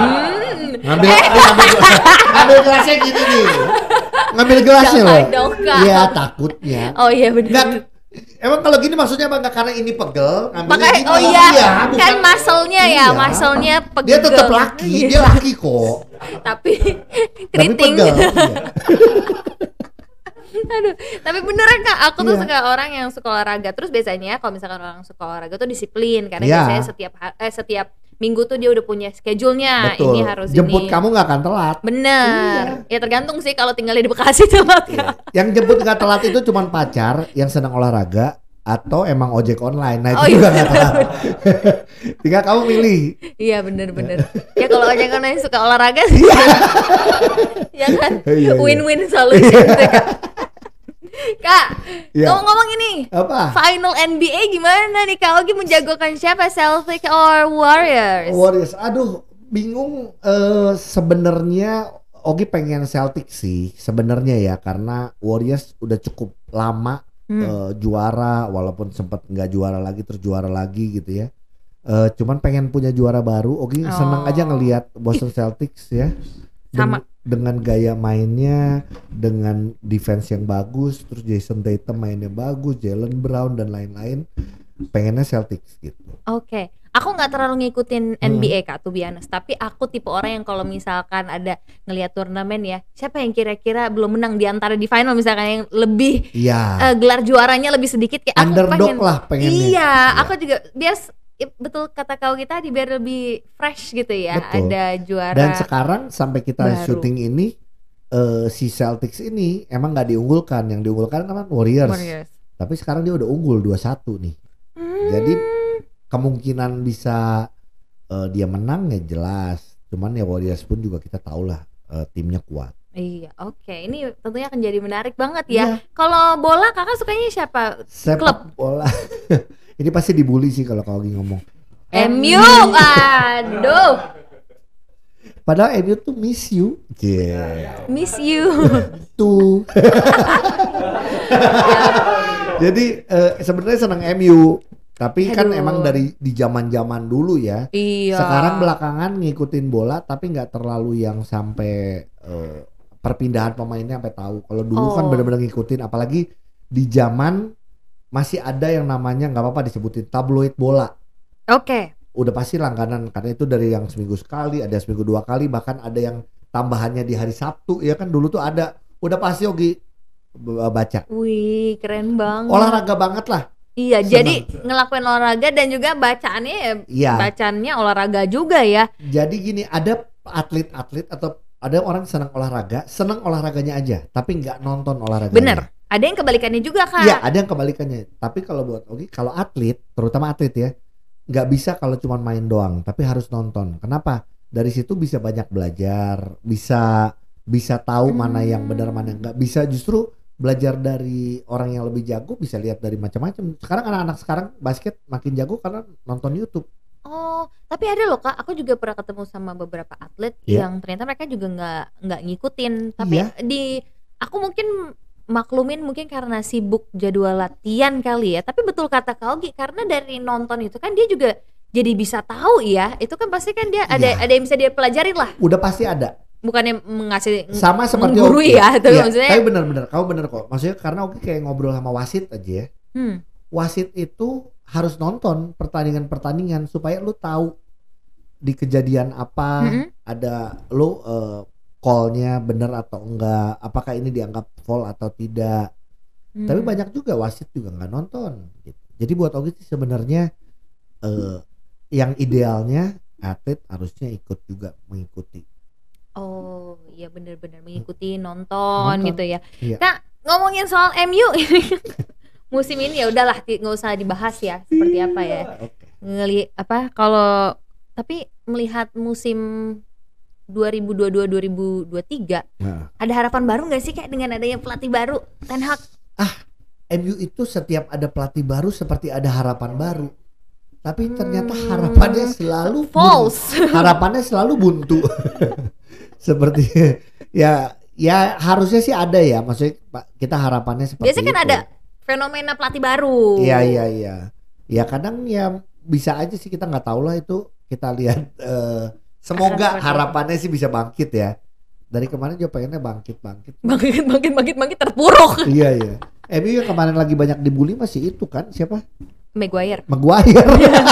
Ngambil gelasnya gini nih. Ngambil gelasnya loh. Iya, takutnya. Oh iya benar. Emang kalau gini maksudnya apa? Nggak karena ini pegel, ngambilnya gini. Oh iya, kan muscle-nya ya, muscle-nya pegel. Dia tetap laki, dia laki kok. Tapi keriting. Tapi pegel. Aduh, tapi beneran Kak, aku tuh suka orang yang suka olahraga. Terus biasanya kalau misalkan orang suka olahraga tuh disiplin, karena biasanya setiap minggu tuh dia udah punya schedule-nya. Betul. Ini harus jemput ini. Kamu nggak akan telat. Bener. Ya tergantung sih kalau tinggalnya di Bekasi telat. Yang jemput nggak telat itu cuma pacar yang senang olahraga atau emang ojek online. Nah itu juga nggak telat. Tinggal kamu milih. Iya bener. Ya kalau ojek online suka olahraga sih. Ya kan. Win-win solution tuh Kak. Kak, ngomong ini. Apa? Final NBA gimana nih Kak Ogi menjagokan siapa, Celtics or Warriors? Warriors, aduh bingung. Sebenarnya Ogi pengen Celtics sih sebenarnya ya, karena Warriors udah cukup lama juara, walaupun sempat nggak juara lagi terus juara lagi gitu ya. Cuman pengen punya juara baru. Ogi senang aja ngelihat Boston Celtics ya. Sama. Dengan gaya mainnya, dengan defense yang bagus, terus Jason Tatum mainnya bagus, Jaylen Brown dan lain-lain, pengennya Celtics gitu. Oke. Aku nggak terlalu ngikutin NBA Kak, to be honest. Tapi aku tipe orang yang kalau misalkan ada ngelihat turnamen ya, siapa yang kira-kira belum menang di antara di final misalkan yang lebih gelar juaranya lebih sedikit, kayak underdog lah pengennya. Iya, aku juga betul kata kau kita biar lebih fresh gitu ya. Betul. Ada juara. Dan sekarang sampai kita syuting ini si Celtics ini emang nggak diunggulkan, yang diunggulkan kan Warriors. Tapi sekarang dia udah unggul 2-1 nih. Jadi kemungkinan bisa dia menang ya jelas. Cuman ya Warriors pun juga kita tahu lah timnya kuat. Iya, oke. Ini tentunya akan jadi menarik banget ya. Kalau bola Kakak sukanya siapa? Sepak bola. Ini pasti dibully sih kalau kau lagi ngomong MU. Aduh. Padahal MU tuh miss you. Miss you. Tuh. Jadi sebenarnya senang MU, tapi kan emang dari di zaman-zaman dulu ya. Iya. Sekarang belakangan ngikutin bola, tapi nggak terlalu yang sampai perpindahan pemainnya sampai tahu. Kalau dulu kan benar-benar ngikutin, apalagi di zaman masih ada yang namanya, nggak apa-apa disebutin, tabloid bola. Oke. Udah pasti langganan, karena itu dari yang seminggu sekali, ada seminggu 2 kali, bahkan ada yang tambahannya di hari Sabtu. Ya kan dulu tuh ada, udah pasti Ogi baca. Wih, keren banget. Olahraga banget lah. Iya, jadi ngelakuin olahraga dan juga bacaannya bacaannya olahraga juga ya. Jadi gini, ada atlet-atlet atau ada orang senang olahraga, senang olahraganya aja, tapi nggak nonton olahraganya. Bener. Ada yang kebalikannya juga Kak. Iya, ada yang kebalikannya. Tapi kalau buat Ogi, kalau atlet, terutama atlet ya, nggak bisa kalau cuma main doang, tapi harus nonton. Kenapa? Dari situ bisa banyak belajar, bisa tahu mana yang benar, mana yang nggak. Bisa justru belajar dari orang yang lebih jago, bisa lihat dari macam-macam. Sekarang anak-anak sekarang basket makin jago karena nonton YouTube. Oh, tapi ada loh Kak, aku juga pernah ketemu sama beberapa atlet yang ternyata mereka juga nggak ngikutin. Tapi aku mungkin maklumin mungkin karena sibuk jadwal latihan kali ya. Tapi betul kata Kak Ogi, karena dari nonton itu kan dia juga jadi bisa tahu ya. Itu kan pasti kan dia ada yang bisa dia pelajarin lah. Udah pasti ada. Bukannya mengasih sama seperti menggurui ya, tapi maksudnya. Tapi benar-benar, kamu benar kok. Maksudnya karena Ogi kayak ngobrol sama wasit aja ya. Wasit itu harus nonton pertandingan-pertandingan supaya lu tahu di kejadian apa, ada lu call-nya benar atau enggak, apakah ini dianggap foul atau tidak. Tapi banyak juga wasit juga nggak nonton gitu. Jadi buat Ogi sebenarnya yang idealnya atlet harusnya ikut juga mengikuti. Oh iya bener-bener mengikuti nonton Nonton. gitu ya. Iya. Kak ngomongin soal MU ini musim ini ya udahlah nggak usah dibahas ya seperti apa ya. Oke. Kalau tapi melihat musim 2022-2023 Nah, ada harapan baru nggak sih kayak dengan adanya pelatih baru Ten Hag? MU itu setiap ada pelatih baru seperti ada harapan baru. Tapi ternyata harapannya selalu False. harapannya selalu buntu. Seperti ya harusnya sih ada ya, maksudnya kita harapannya seperti Biasanya kan itu. ada fenomena pelatih baru. Iya. Ya kadang ya bisa aja sih, kita nggak tahu lah itu. Kita lihat semoga Akan seperti harapannya sih bisa bangkit ya. Dari kemarin juga pengennya bangkit. Bangkit terpuruk. Iya. MU yang kemarin lagi banyak dibully masih itu kan, siapa? Maguire. Maguire.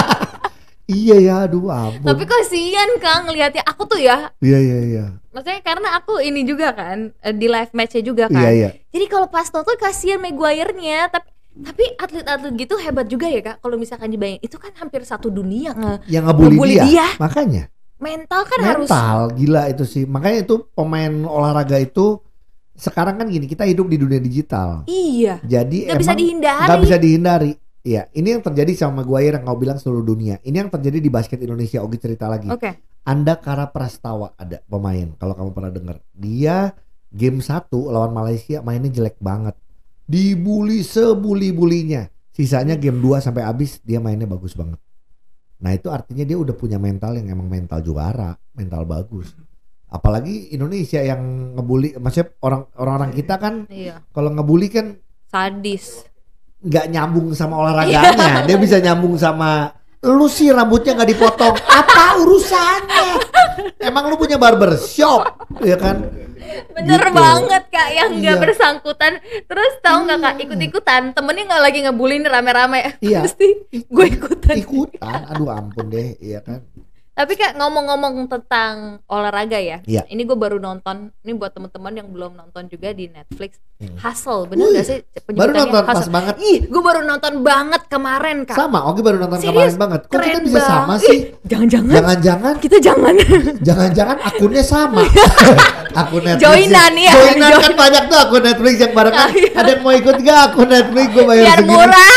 Iya ya, aduh ampun. Tapi kasihan Kang ngelihatnya aku tuh ya. Iya. Maksudnya karena aku ini juga kan di live match-nya juga kan. Iya. Jadi kalau pas nonton kasihan Maguire-nya, tapi atlet-atlet gitu hebat juga ya Kak. Kalau misalkan dibayangin itu kan hampir satu dunia Yang ngebully ngebully dia. dia. Makanya. Mental kan harus. Mental gila itu sih. Makanya itu pemain olahraga itu sekarang kan gini, kita hidup di dunia digital. Iya. Jadi Gak bisa dihindari. Gak bisa dihindari. Iya, ini yang terjadi sama Maguire yang kau bilang seluruh dunia. Ini yang terjadi di basket Indonesia. Ogi cerita lagi. Oke. Andakara Prastawa ada pemain, kalau kamu pernah dengar. Dia game 1 lawan Malaysia mainnya jelek banget. Dibully sebuli-bulinya. Sisanya game 2 sampai habis dia mainnya bagus banget. Nah, itu artinya dia udah punya mental yang emang mental juara, mental bagus. Apalagi Indonesia yang ngebully, maksudnya orang-orang kita kan Iya. kalau ngebully kan Sadis. nggak nyambung sama olahraganya. Dia bisa nyambung sama lu sih rambutnya nggak dipotong. Apa urusannya? Emang lu punya barbershop, ya kan? Bener Gitu. banget Kak yang nggak Iya. bersangkutan. Terus tahu nggak Kak ikut-ikutan temennya nggak lagi ngebulin rame-rame. Iya. Pasti gue ikutan. Aduh ampun deh, iya kan? Tapi Kak ngomong-ngomong tentang olahraga ya. Iya. Ini gue baru nonton. Ini buat teman-teman yang belum nonton juga di Netflix. Hustle, Wih, bener gak sih baru penyebutannya nonton, pas Hustle? banget. Ih, gue baru nonton banget kemarin Kak. Sama, Ogi baru nonton Serius? kemarin banget. Kok kita Keren bisa sama banget. sih? Ih, jangan-jangan Jangan-jangan kita jangan. akunnya sama. Akun Netflix. Joinan ya. Joinan kan banyak tuh akun Netflix yang barengan. Iya. Ada yang mau ikut gak akun Netflix? Gue bayar Biar segini. murah.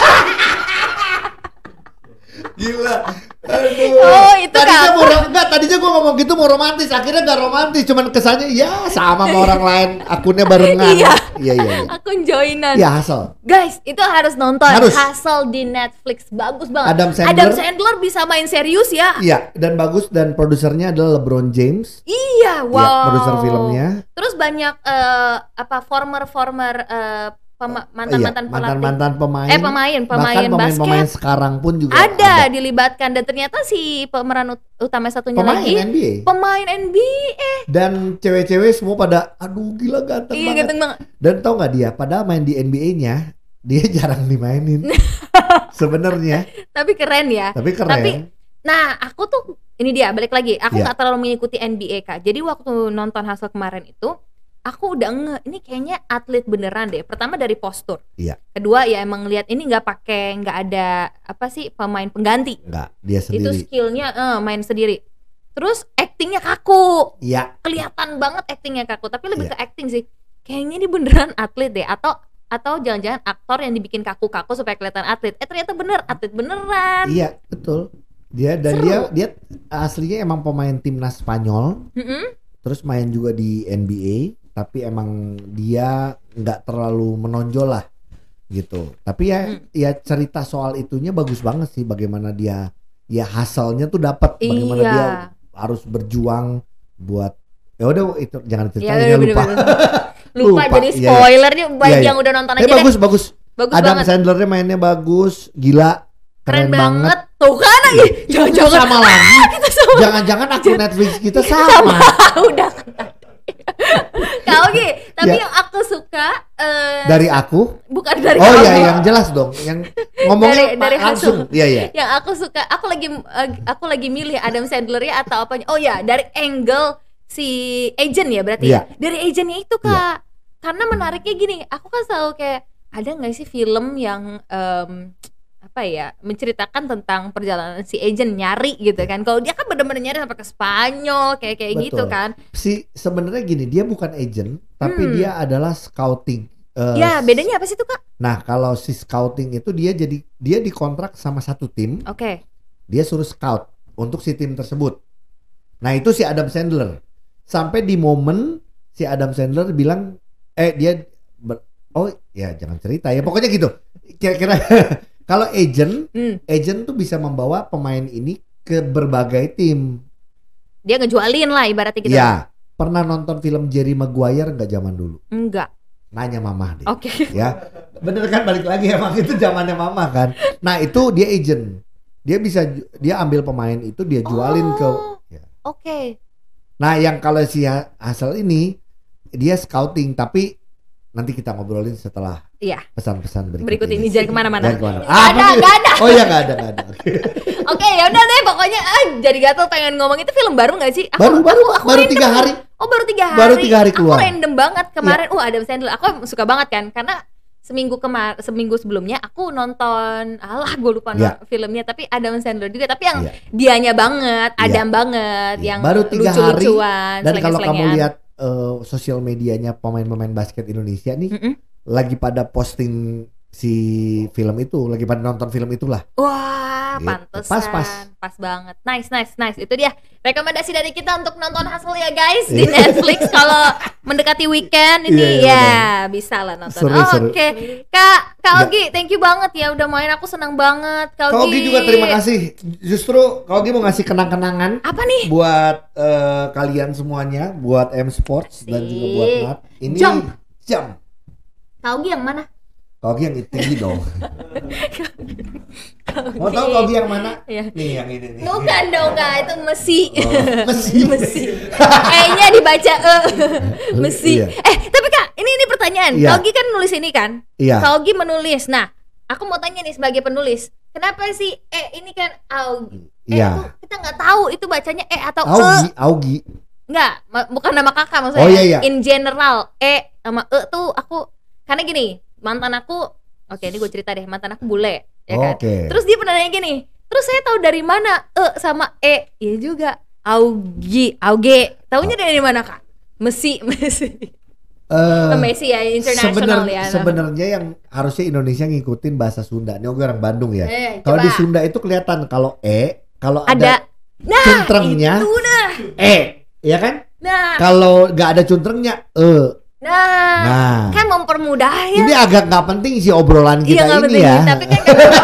Gila. Aduh. Oh, itu tadinya kan. tadinya gue ngomong gitu mau romantis, akhirnya gak romantis, cuman kesannya ya sama sama orang lain, akunnya barengan. Iya. Iya. Akun joinan. Ya Hustle. Guys, itu harus nonton. Harus. Hustle di Netflix, bagus banget. Adam Sandler. Sandler bisa main serius ya. Iya, dan bagus, dan produsernya adalah LeBron James. Iya, wow. Iya, produser filmnya. Terus banyak former mantan-mantan pelatih. Mantan pemain. Pemain Bahkan basket. pemain sekarang pun juga Ada dilibatkan dan ternyata si pemeran utama satunya pemain lagi NBA. pemain NBA. Dan cewek-cewek semua pada aduh gila ganteng Iya, banget. ganteng banget. Dan tau nggak dia padahal main di NBA-nya dia jarang dimainin sebenarnya, Tapi keren ya. tapi keren. Nah, aku tuh ini dia balik lagi. Aku Iya. nggak terlalu mengikuti NBA Kak. Jadi waktu nonton Hustle kemarin itu, aku udah ini kayaknya atlet beneran deh. Pertama dari postur. Iya. Kedua ya emang lihat ini nggak ada pemain pengganti. Enggak, dia Itu sendiri. skillnya main sendiri. Terus actingnya kaku. Iya. Kelihatan banget actingnya kaku. Tapi lebih Iya. ke acting sih. Kayaknya ini beneran atlet deh. Atau jangan-jangan aktor yang dibikin kaku-kaku supaya kelihatan atlet. Ternyata bener atlet beneran. Iya, betul. Dia Seru. dia aslinya emang pemain timnas Spanyol, Mm-mm. terus main juga di NBA, tapi emang dia nggak terlalu menonjol lah gitu. Tapi ya cerita soal itunya bagus banget sih, bagaimana dia hustle-nya tuh dapat, bagaimana Iya. dia harus berjuang buat ya udah itu jangan Ya, ceritain, lupa. lupa jadi Iya, iya. spoiler nih bagi Iya. yang udah nonton Tapi aja deh. bagus. Bagus Adam banget. Sandler-nya mainnya bagus, gila, Keren banget. Tuh kan Itu sama lagi. Jangan-jangan akun Netflix kita sama. Udah. Kau tapi Ya. yang aku suka Dari aku. bukan dari Oh kamu. iya, yang jelas dong, yang ngomongnya Dari langsung. hasil. Iya. Yang aku suka, aku lagi milih Adam Sandler ya atau apanya. Oh ya, dari angle si agent ya berarti Iya. ya. Dari agentnya itu Kak. Karena menariknya gini, aku kan selalu kayak ada nggak sih film yang apa ya, menceritakan tentang perjalanan si agent nyari gitu kan. Kalau dia kan bener-bener nyari sampai ke Spanyol kayak gitu Betul. kan. Sebenarnya gini, dia bukan agent, tapi dia adalah scouting. Ya, bedanya apa sih tuh, Kak? Nah, kalau si scouting itu dia dikontrak sama satu tim, Oke. dia suruh scout untuk si tim tersebut. Nah, itu si Adam Sandler. Sampai di momen si Adam Sandler bilang, oh ya jangan cerita ya, pokoknya gitu. Kira-kira kalau agent tuh bisa membawa pemain ini ke berbagai tim. Dia ngejualin lah ibaratnya gitu. Ya, pernah nonton film Jerry Maguire nggak zaman dulu? Enggak. Nanya mama deh. Oke. Ya, bener kan, balik lagi emang itu zamannya mama kan. Nah, itu dia agent. Dia ambil pemain itu dia jualin ke. Ya. Oke. Nah, yang kalau si Hassel ini dia scouting, tapi nanti kita ngobrolin setelah Iya. pesan-pesan Berikut ini jangan kemana-mana. Jangan kemana. Nggak ada. Oh ya nggak ada. Oke, ya udah deh, pokoknya jadi gatel pengen ngomong itu film baru nggak sih? Baru random. 3 hari. Oh, baru 3 hari. Baru 3 hari keluar. Aku random banget kemarin. Adam Sandler. Aku suka banget kan karena seminggu sebelumnya aku nonton gue lupa filmnya, tapi Adam Sandler juga, tapi yang dianya banget, Adam banget, yang baru 3 hari. Dan kalau kamu lihat sosial medianya pemain-pemain basket Indonesia nih lagi pada posting si film itu, lagi pada nonton film itulah. Wah, gitu. pantesan. Pas banget. Nice. Itu dia rekomendasi dari kita untuk nonton Hustle ya guys di Netflix kalau mendekati weekend ini bisa lah nonton. Oke. Kak Ogi, thank you banget ya udah main, aku senang banget. Kak Ogi juga terima kasih. Justru Kak Ogi mau ngasih kenang-kenangan. Apa nih? Buat kalian semuanya, buat M Sports dan juga buat Nat. Ini jam. Kak Ogi yang mana? Kak Ogi yang tinggi dong. Mau tahu Kak Ogi yang mana? Ya. Nih yang ini nih. Bukan dong Kak, itu Messi. Messi. E-nya dibaca Messi. Iya. Tapi Kak, ini pertanyaan. Iya. Kak Ogi kan nulis ini kan? Iya. Kak Ogi menulis. Nah, aku mau tanya nih sebagai penulis, kenapa sih ini kan Augi? Iya. Kita nggak tahu itu bacanya atau Augi. Enggak, bukan nama kakak maksudnya. Oh iya. In general, sama tuh aku, karena gini, mantan aku, oke ini gue cerita deh, mantan aku bule, ya kan. Terus dia pernah nanya gini, terus saya tahu dari mana sama iya juga, Auge, taunya dari mana Kak? Messi. Messi ya, internasional ya. Sebenarnya yang harusnya Indonesia ngikutin bahasa Sunda. Ini orang Bandung ya. Kalau coba. di Sunda itu kelihatan kalau kalau ada cuntrengnya ya kan? Nah, kalau nggak ada cuntrengnya Nah, kan mempermudah ya. Ini agak nggak penting sih obrolan kita ini penting, ya. Tapi kan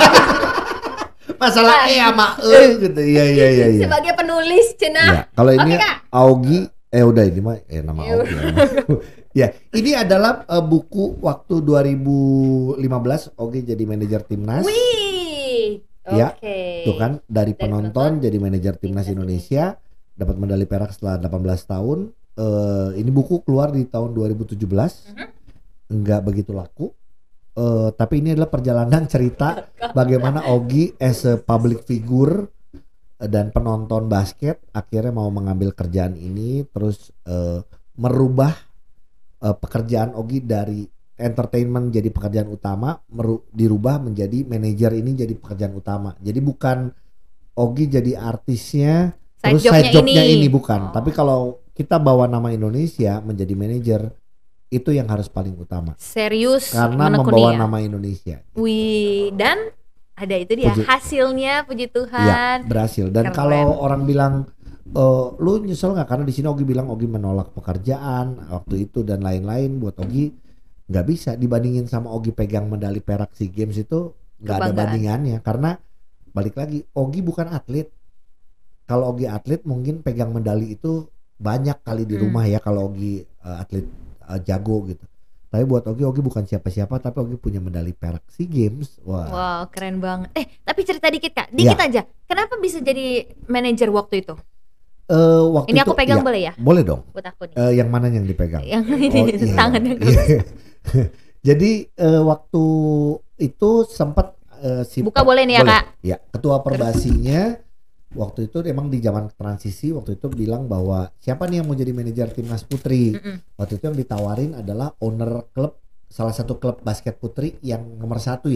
masalah sama gitu. Iya. Sebagai penulis cenah. Kalau ini Augi, udah ini mah nama Augi. Ya, ini adalah buku waktu 2015 Augi jadi manajer timnas. Wih. Ya, tuh kan dari penonton jadi manajer timnas Indonesia, dapat medali perak setelah 18 tahun. Ini buku keluar di tahun 2017, nggak begitu laku, tapi ini adalah perjalanan cerita bagaimana Augi as a public figure dan penonton basket akhirnya mau mengambil kerjaan ini, terus merubah pekerjaan Augi dari entertainment jadi pekerjaan utama, dirubah menjadi manajer ini jadi pekerjaan utama. Jadi bukan Augi jadi artisnya terus side jobnya ini bukan, tapi kalau kita bawa nama Indonesia menjadi manajer, itu yang harus paling utama. Serius, karena membawa nama Indonesia. Wih, dan ada itu dia hasilnya, puji Tuhan. Ya, berhasil. Dan kalau orang bilang lu nyesel nggak karena di sini Augi bilang Augi menolak pekerjaan waktu itu dan lain-lain, buat Augi nggak bisa dibandingin sama Augi pegang medali perak SEA Games, itu nggak ada bandingannya, karena balik lagi Augi bukan atlet. Kalau Augi atlet mungkin pegang medali itu banyak kali di rumah ya, kalau Augi atlet jago gitu. Tapi buat Augi bukan siapa-siapa, tapi Augi punya medali perak SEA Games. Wow, keren banget. Tapi cerita dikit Kak, dikit aja. Kenapa bisa jadi manajer waktu itu? Waktu ini itu, aku pegang boleh ya? Boleh dong. Buat aku nih. Yang mana yang dipegang? Yang ini tangan yang Jadi waktu itu sempat buka boleh nih ya Kak? Ya, ketua perbasinya waktu itu emang di zaman transisi waktu itu bilang bahwa siapa nih yang mau jadi manajer timnas putri. Waktu itu yang ditawarin adalah owner klub, salah satu klub basket putri yang nomor 1 ya,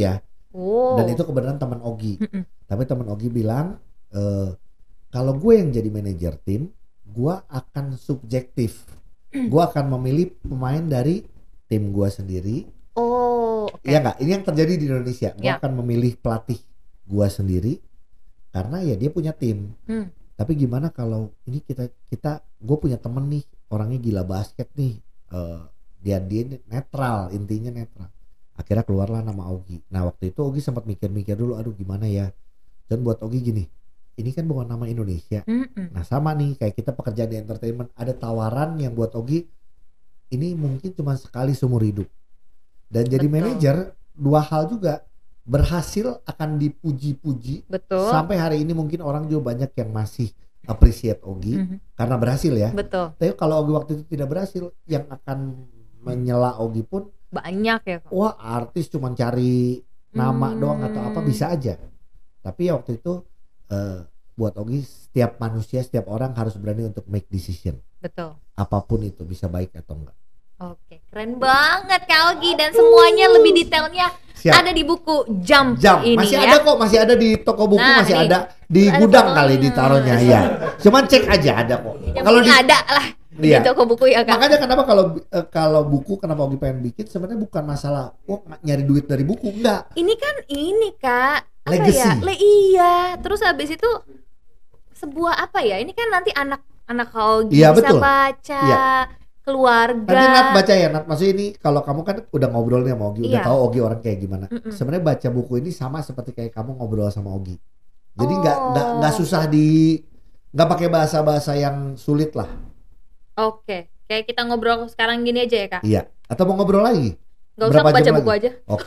Dan Oh. itu kebenaran teman Ogi. Mm-mm. Tapi teman Ogi bilang kalau gue yang jadi manajer tim, gue akan subjektif. Gue akan memilih pemain dari tim gue sendiri. Oh, oke. Iya nggak? Ini yang terjadi di Indonesia. Gue Ya. akan memilih pelatih gue sendiri karena ya dia punya tim. Hmm. Tapi gimana kalau ini kita gue punya temen nih orangnya gila basket nih. Dia netral, intinya netral. Akhirnya keluarlah nama Ogi. Nah waktu itu Ogi sempat mikir-mikir dulu, aduh gimana ya. Dan buat Ogi gini, ini kan bukan nama Indonesia. Mm-mm. Nah sama nih kayak kita pekerja di entertainment, ada tawaran yang buat Ogi ini mungkin cuma sekali seumur hidup. Dan jadi Betul. manajer dua hal juga, berhasil akan dipuji-puji. Betul. Sampai hari ini mungkin orang juga banyak yang masih appreciate Ogi Mhm. karena berhasil ya. Betul. Tapi kalau Ogi waktu itu tidak berhasil, yang akan menyela Ogi pun Banyak ya kok. wah artis cuma cari nama doang atau apa bisa aja. Tapi ya waktu itu buat Ogi setiap manusia, setiap orang harus berani untuk make decision. Betul. Apapun itu bisa baik atau enggak. Oke, keren banget Kak Ogi, dan semuanya lebih detailnya Siap. ada di buku Jump, Jam ini masih ya. ada kok, masih ada di toko buku, Nah, masih nih. ada di Ada gudang fotonya. kali ditaruhnya ya. Cuman cek aja ada kok. Yang Kalau penting di ada lah di Iya. toko buku ya Kak. Makanya kenapa kalau buku kenapa Ogi pengen bikin sebenarnya bukan masalah nyari duit dari buku, enggak. Ini kan ini Kak, apa Legacy. ya? Iya. Terus habis itu sebuah apa ya? Ini kan nanti anak Kak Ogi Iya, bisa betul. baca, Iya. keluarga. Nanti Nat baca ya Nat, maksudnya ini kalau kamu kan udah ngobrol nih sama Ogi, udah Iya. tahu Ogi orang kayak gimana. Mm-mm. Sebenarnya baca buku ini sama seperti kayak kamu ngobrol sama Ogi. Jadi Oh. nggak susah nggak pakai bahasa yang sulit lah. Oke, kayak kita ngobrol sekarang gini aja ya Kak. Iya. Atau mau ngobrol lagi? Gak usah, Berapa aku baca jam buku lagi? aja. Oke.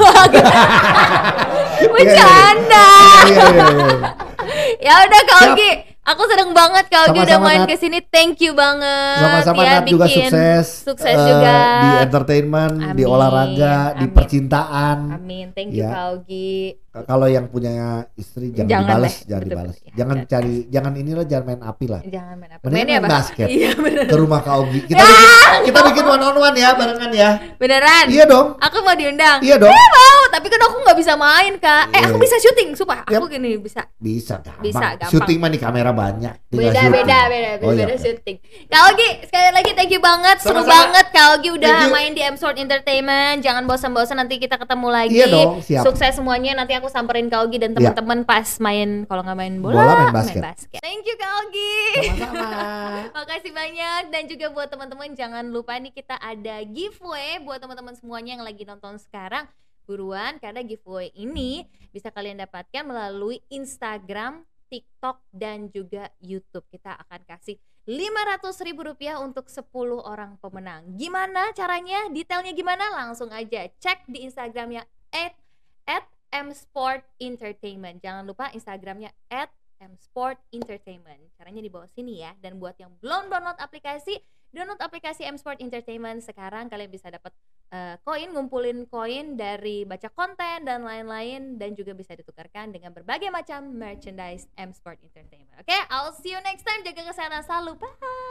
Bercanda. Iya. Ya udah Kak Siap. Ogi, aku seneng banget Kak Ogi udah Sama-sama, main Nat. ke sini. Thank you banget. Sama-sama ya, Nat juga bikin sukses juga di entertainment, di Amin, olahraga, di amin. percintaan. Amin, thank you Ya. Kak Ogi. Kalau yang punya istri jangan Jangan dibalas, deh, jangan betul, dibalas. betul, ya. Jangan Dan- cari, jangan inilah, jangan main api lah. Jangan main apa? Mendingan Mainnya main apa? basket. Iya bener. Ke rumah Kak Ogi. Kita bikin one on one ya, barengan ya. Beneran? Iya dong. Aku mau diundang. Iya dong. Mau, tapi kan aku nggak bisa main Kak. Aku Iya. bisa syuting, sumpah. Aku Yap. gini bisa. Bisa gampang. Bisa, gampang. Syuting mah di kamera banyak. tinggal Beda, syuting. beda, Oh, iya. beda syuting. Kak Ogi, sekali lagi thank you banget, seru Sama-sama. banget Kak Ogi udah Thank you. main di M Sport Entertainment. Jangan bosan-bosan, nanti kita ketemu lagi. Iya dong, siap. Sukses semuanya. Nanti aku samperin Kak Ogi dan teman-teman pas main, kalau nggak main bola, Bola, main basket. Thank you Kak Ogi. Sama-sama. Makasih banyak, dan juga buat teman-teman jangan lupa nih kita ada giveaway buat teman-teman semuanya yang lagi nonton sekarang. Buruan, karena giveaway ini bisa kalian dapatkan melalui Instagram, TikTok, dan juga YouTube. Kita akan kasih Rp500.000 untuk 10 orang pemenang. Gimana caranya? Detailnya gimana? Langsung aja cek di Instagramnya @msportentertainment. Jangan lupa Instagramnya @msportentertainment. Caranya di bawah sini ya. Dan buat yang belum download aplikasi M Sport Entertainment sekarang, kalian bisa dapat koin, ngumpulin koin dari baca konten dan lain-lain, dan juga bisa ditukarkan dengan berbagai macam merchandise M Sport Entertainment. Oke, I'll see you next time. Jaga kesehatan selalu. Bye.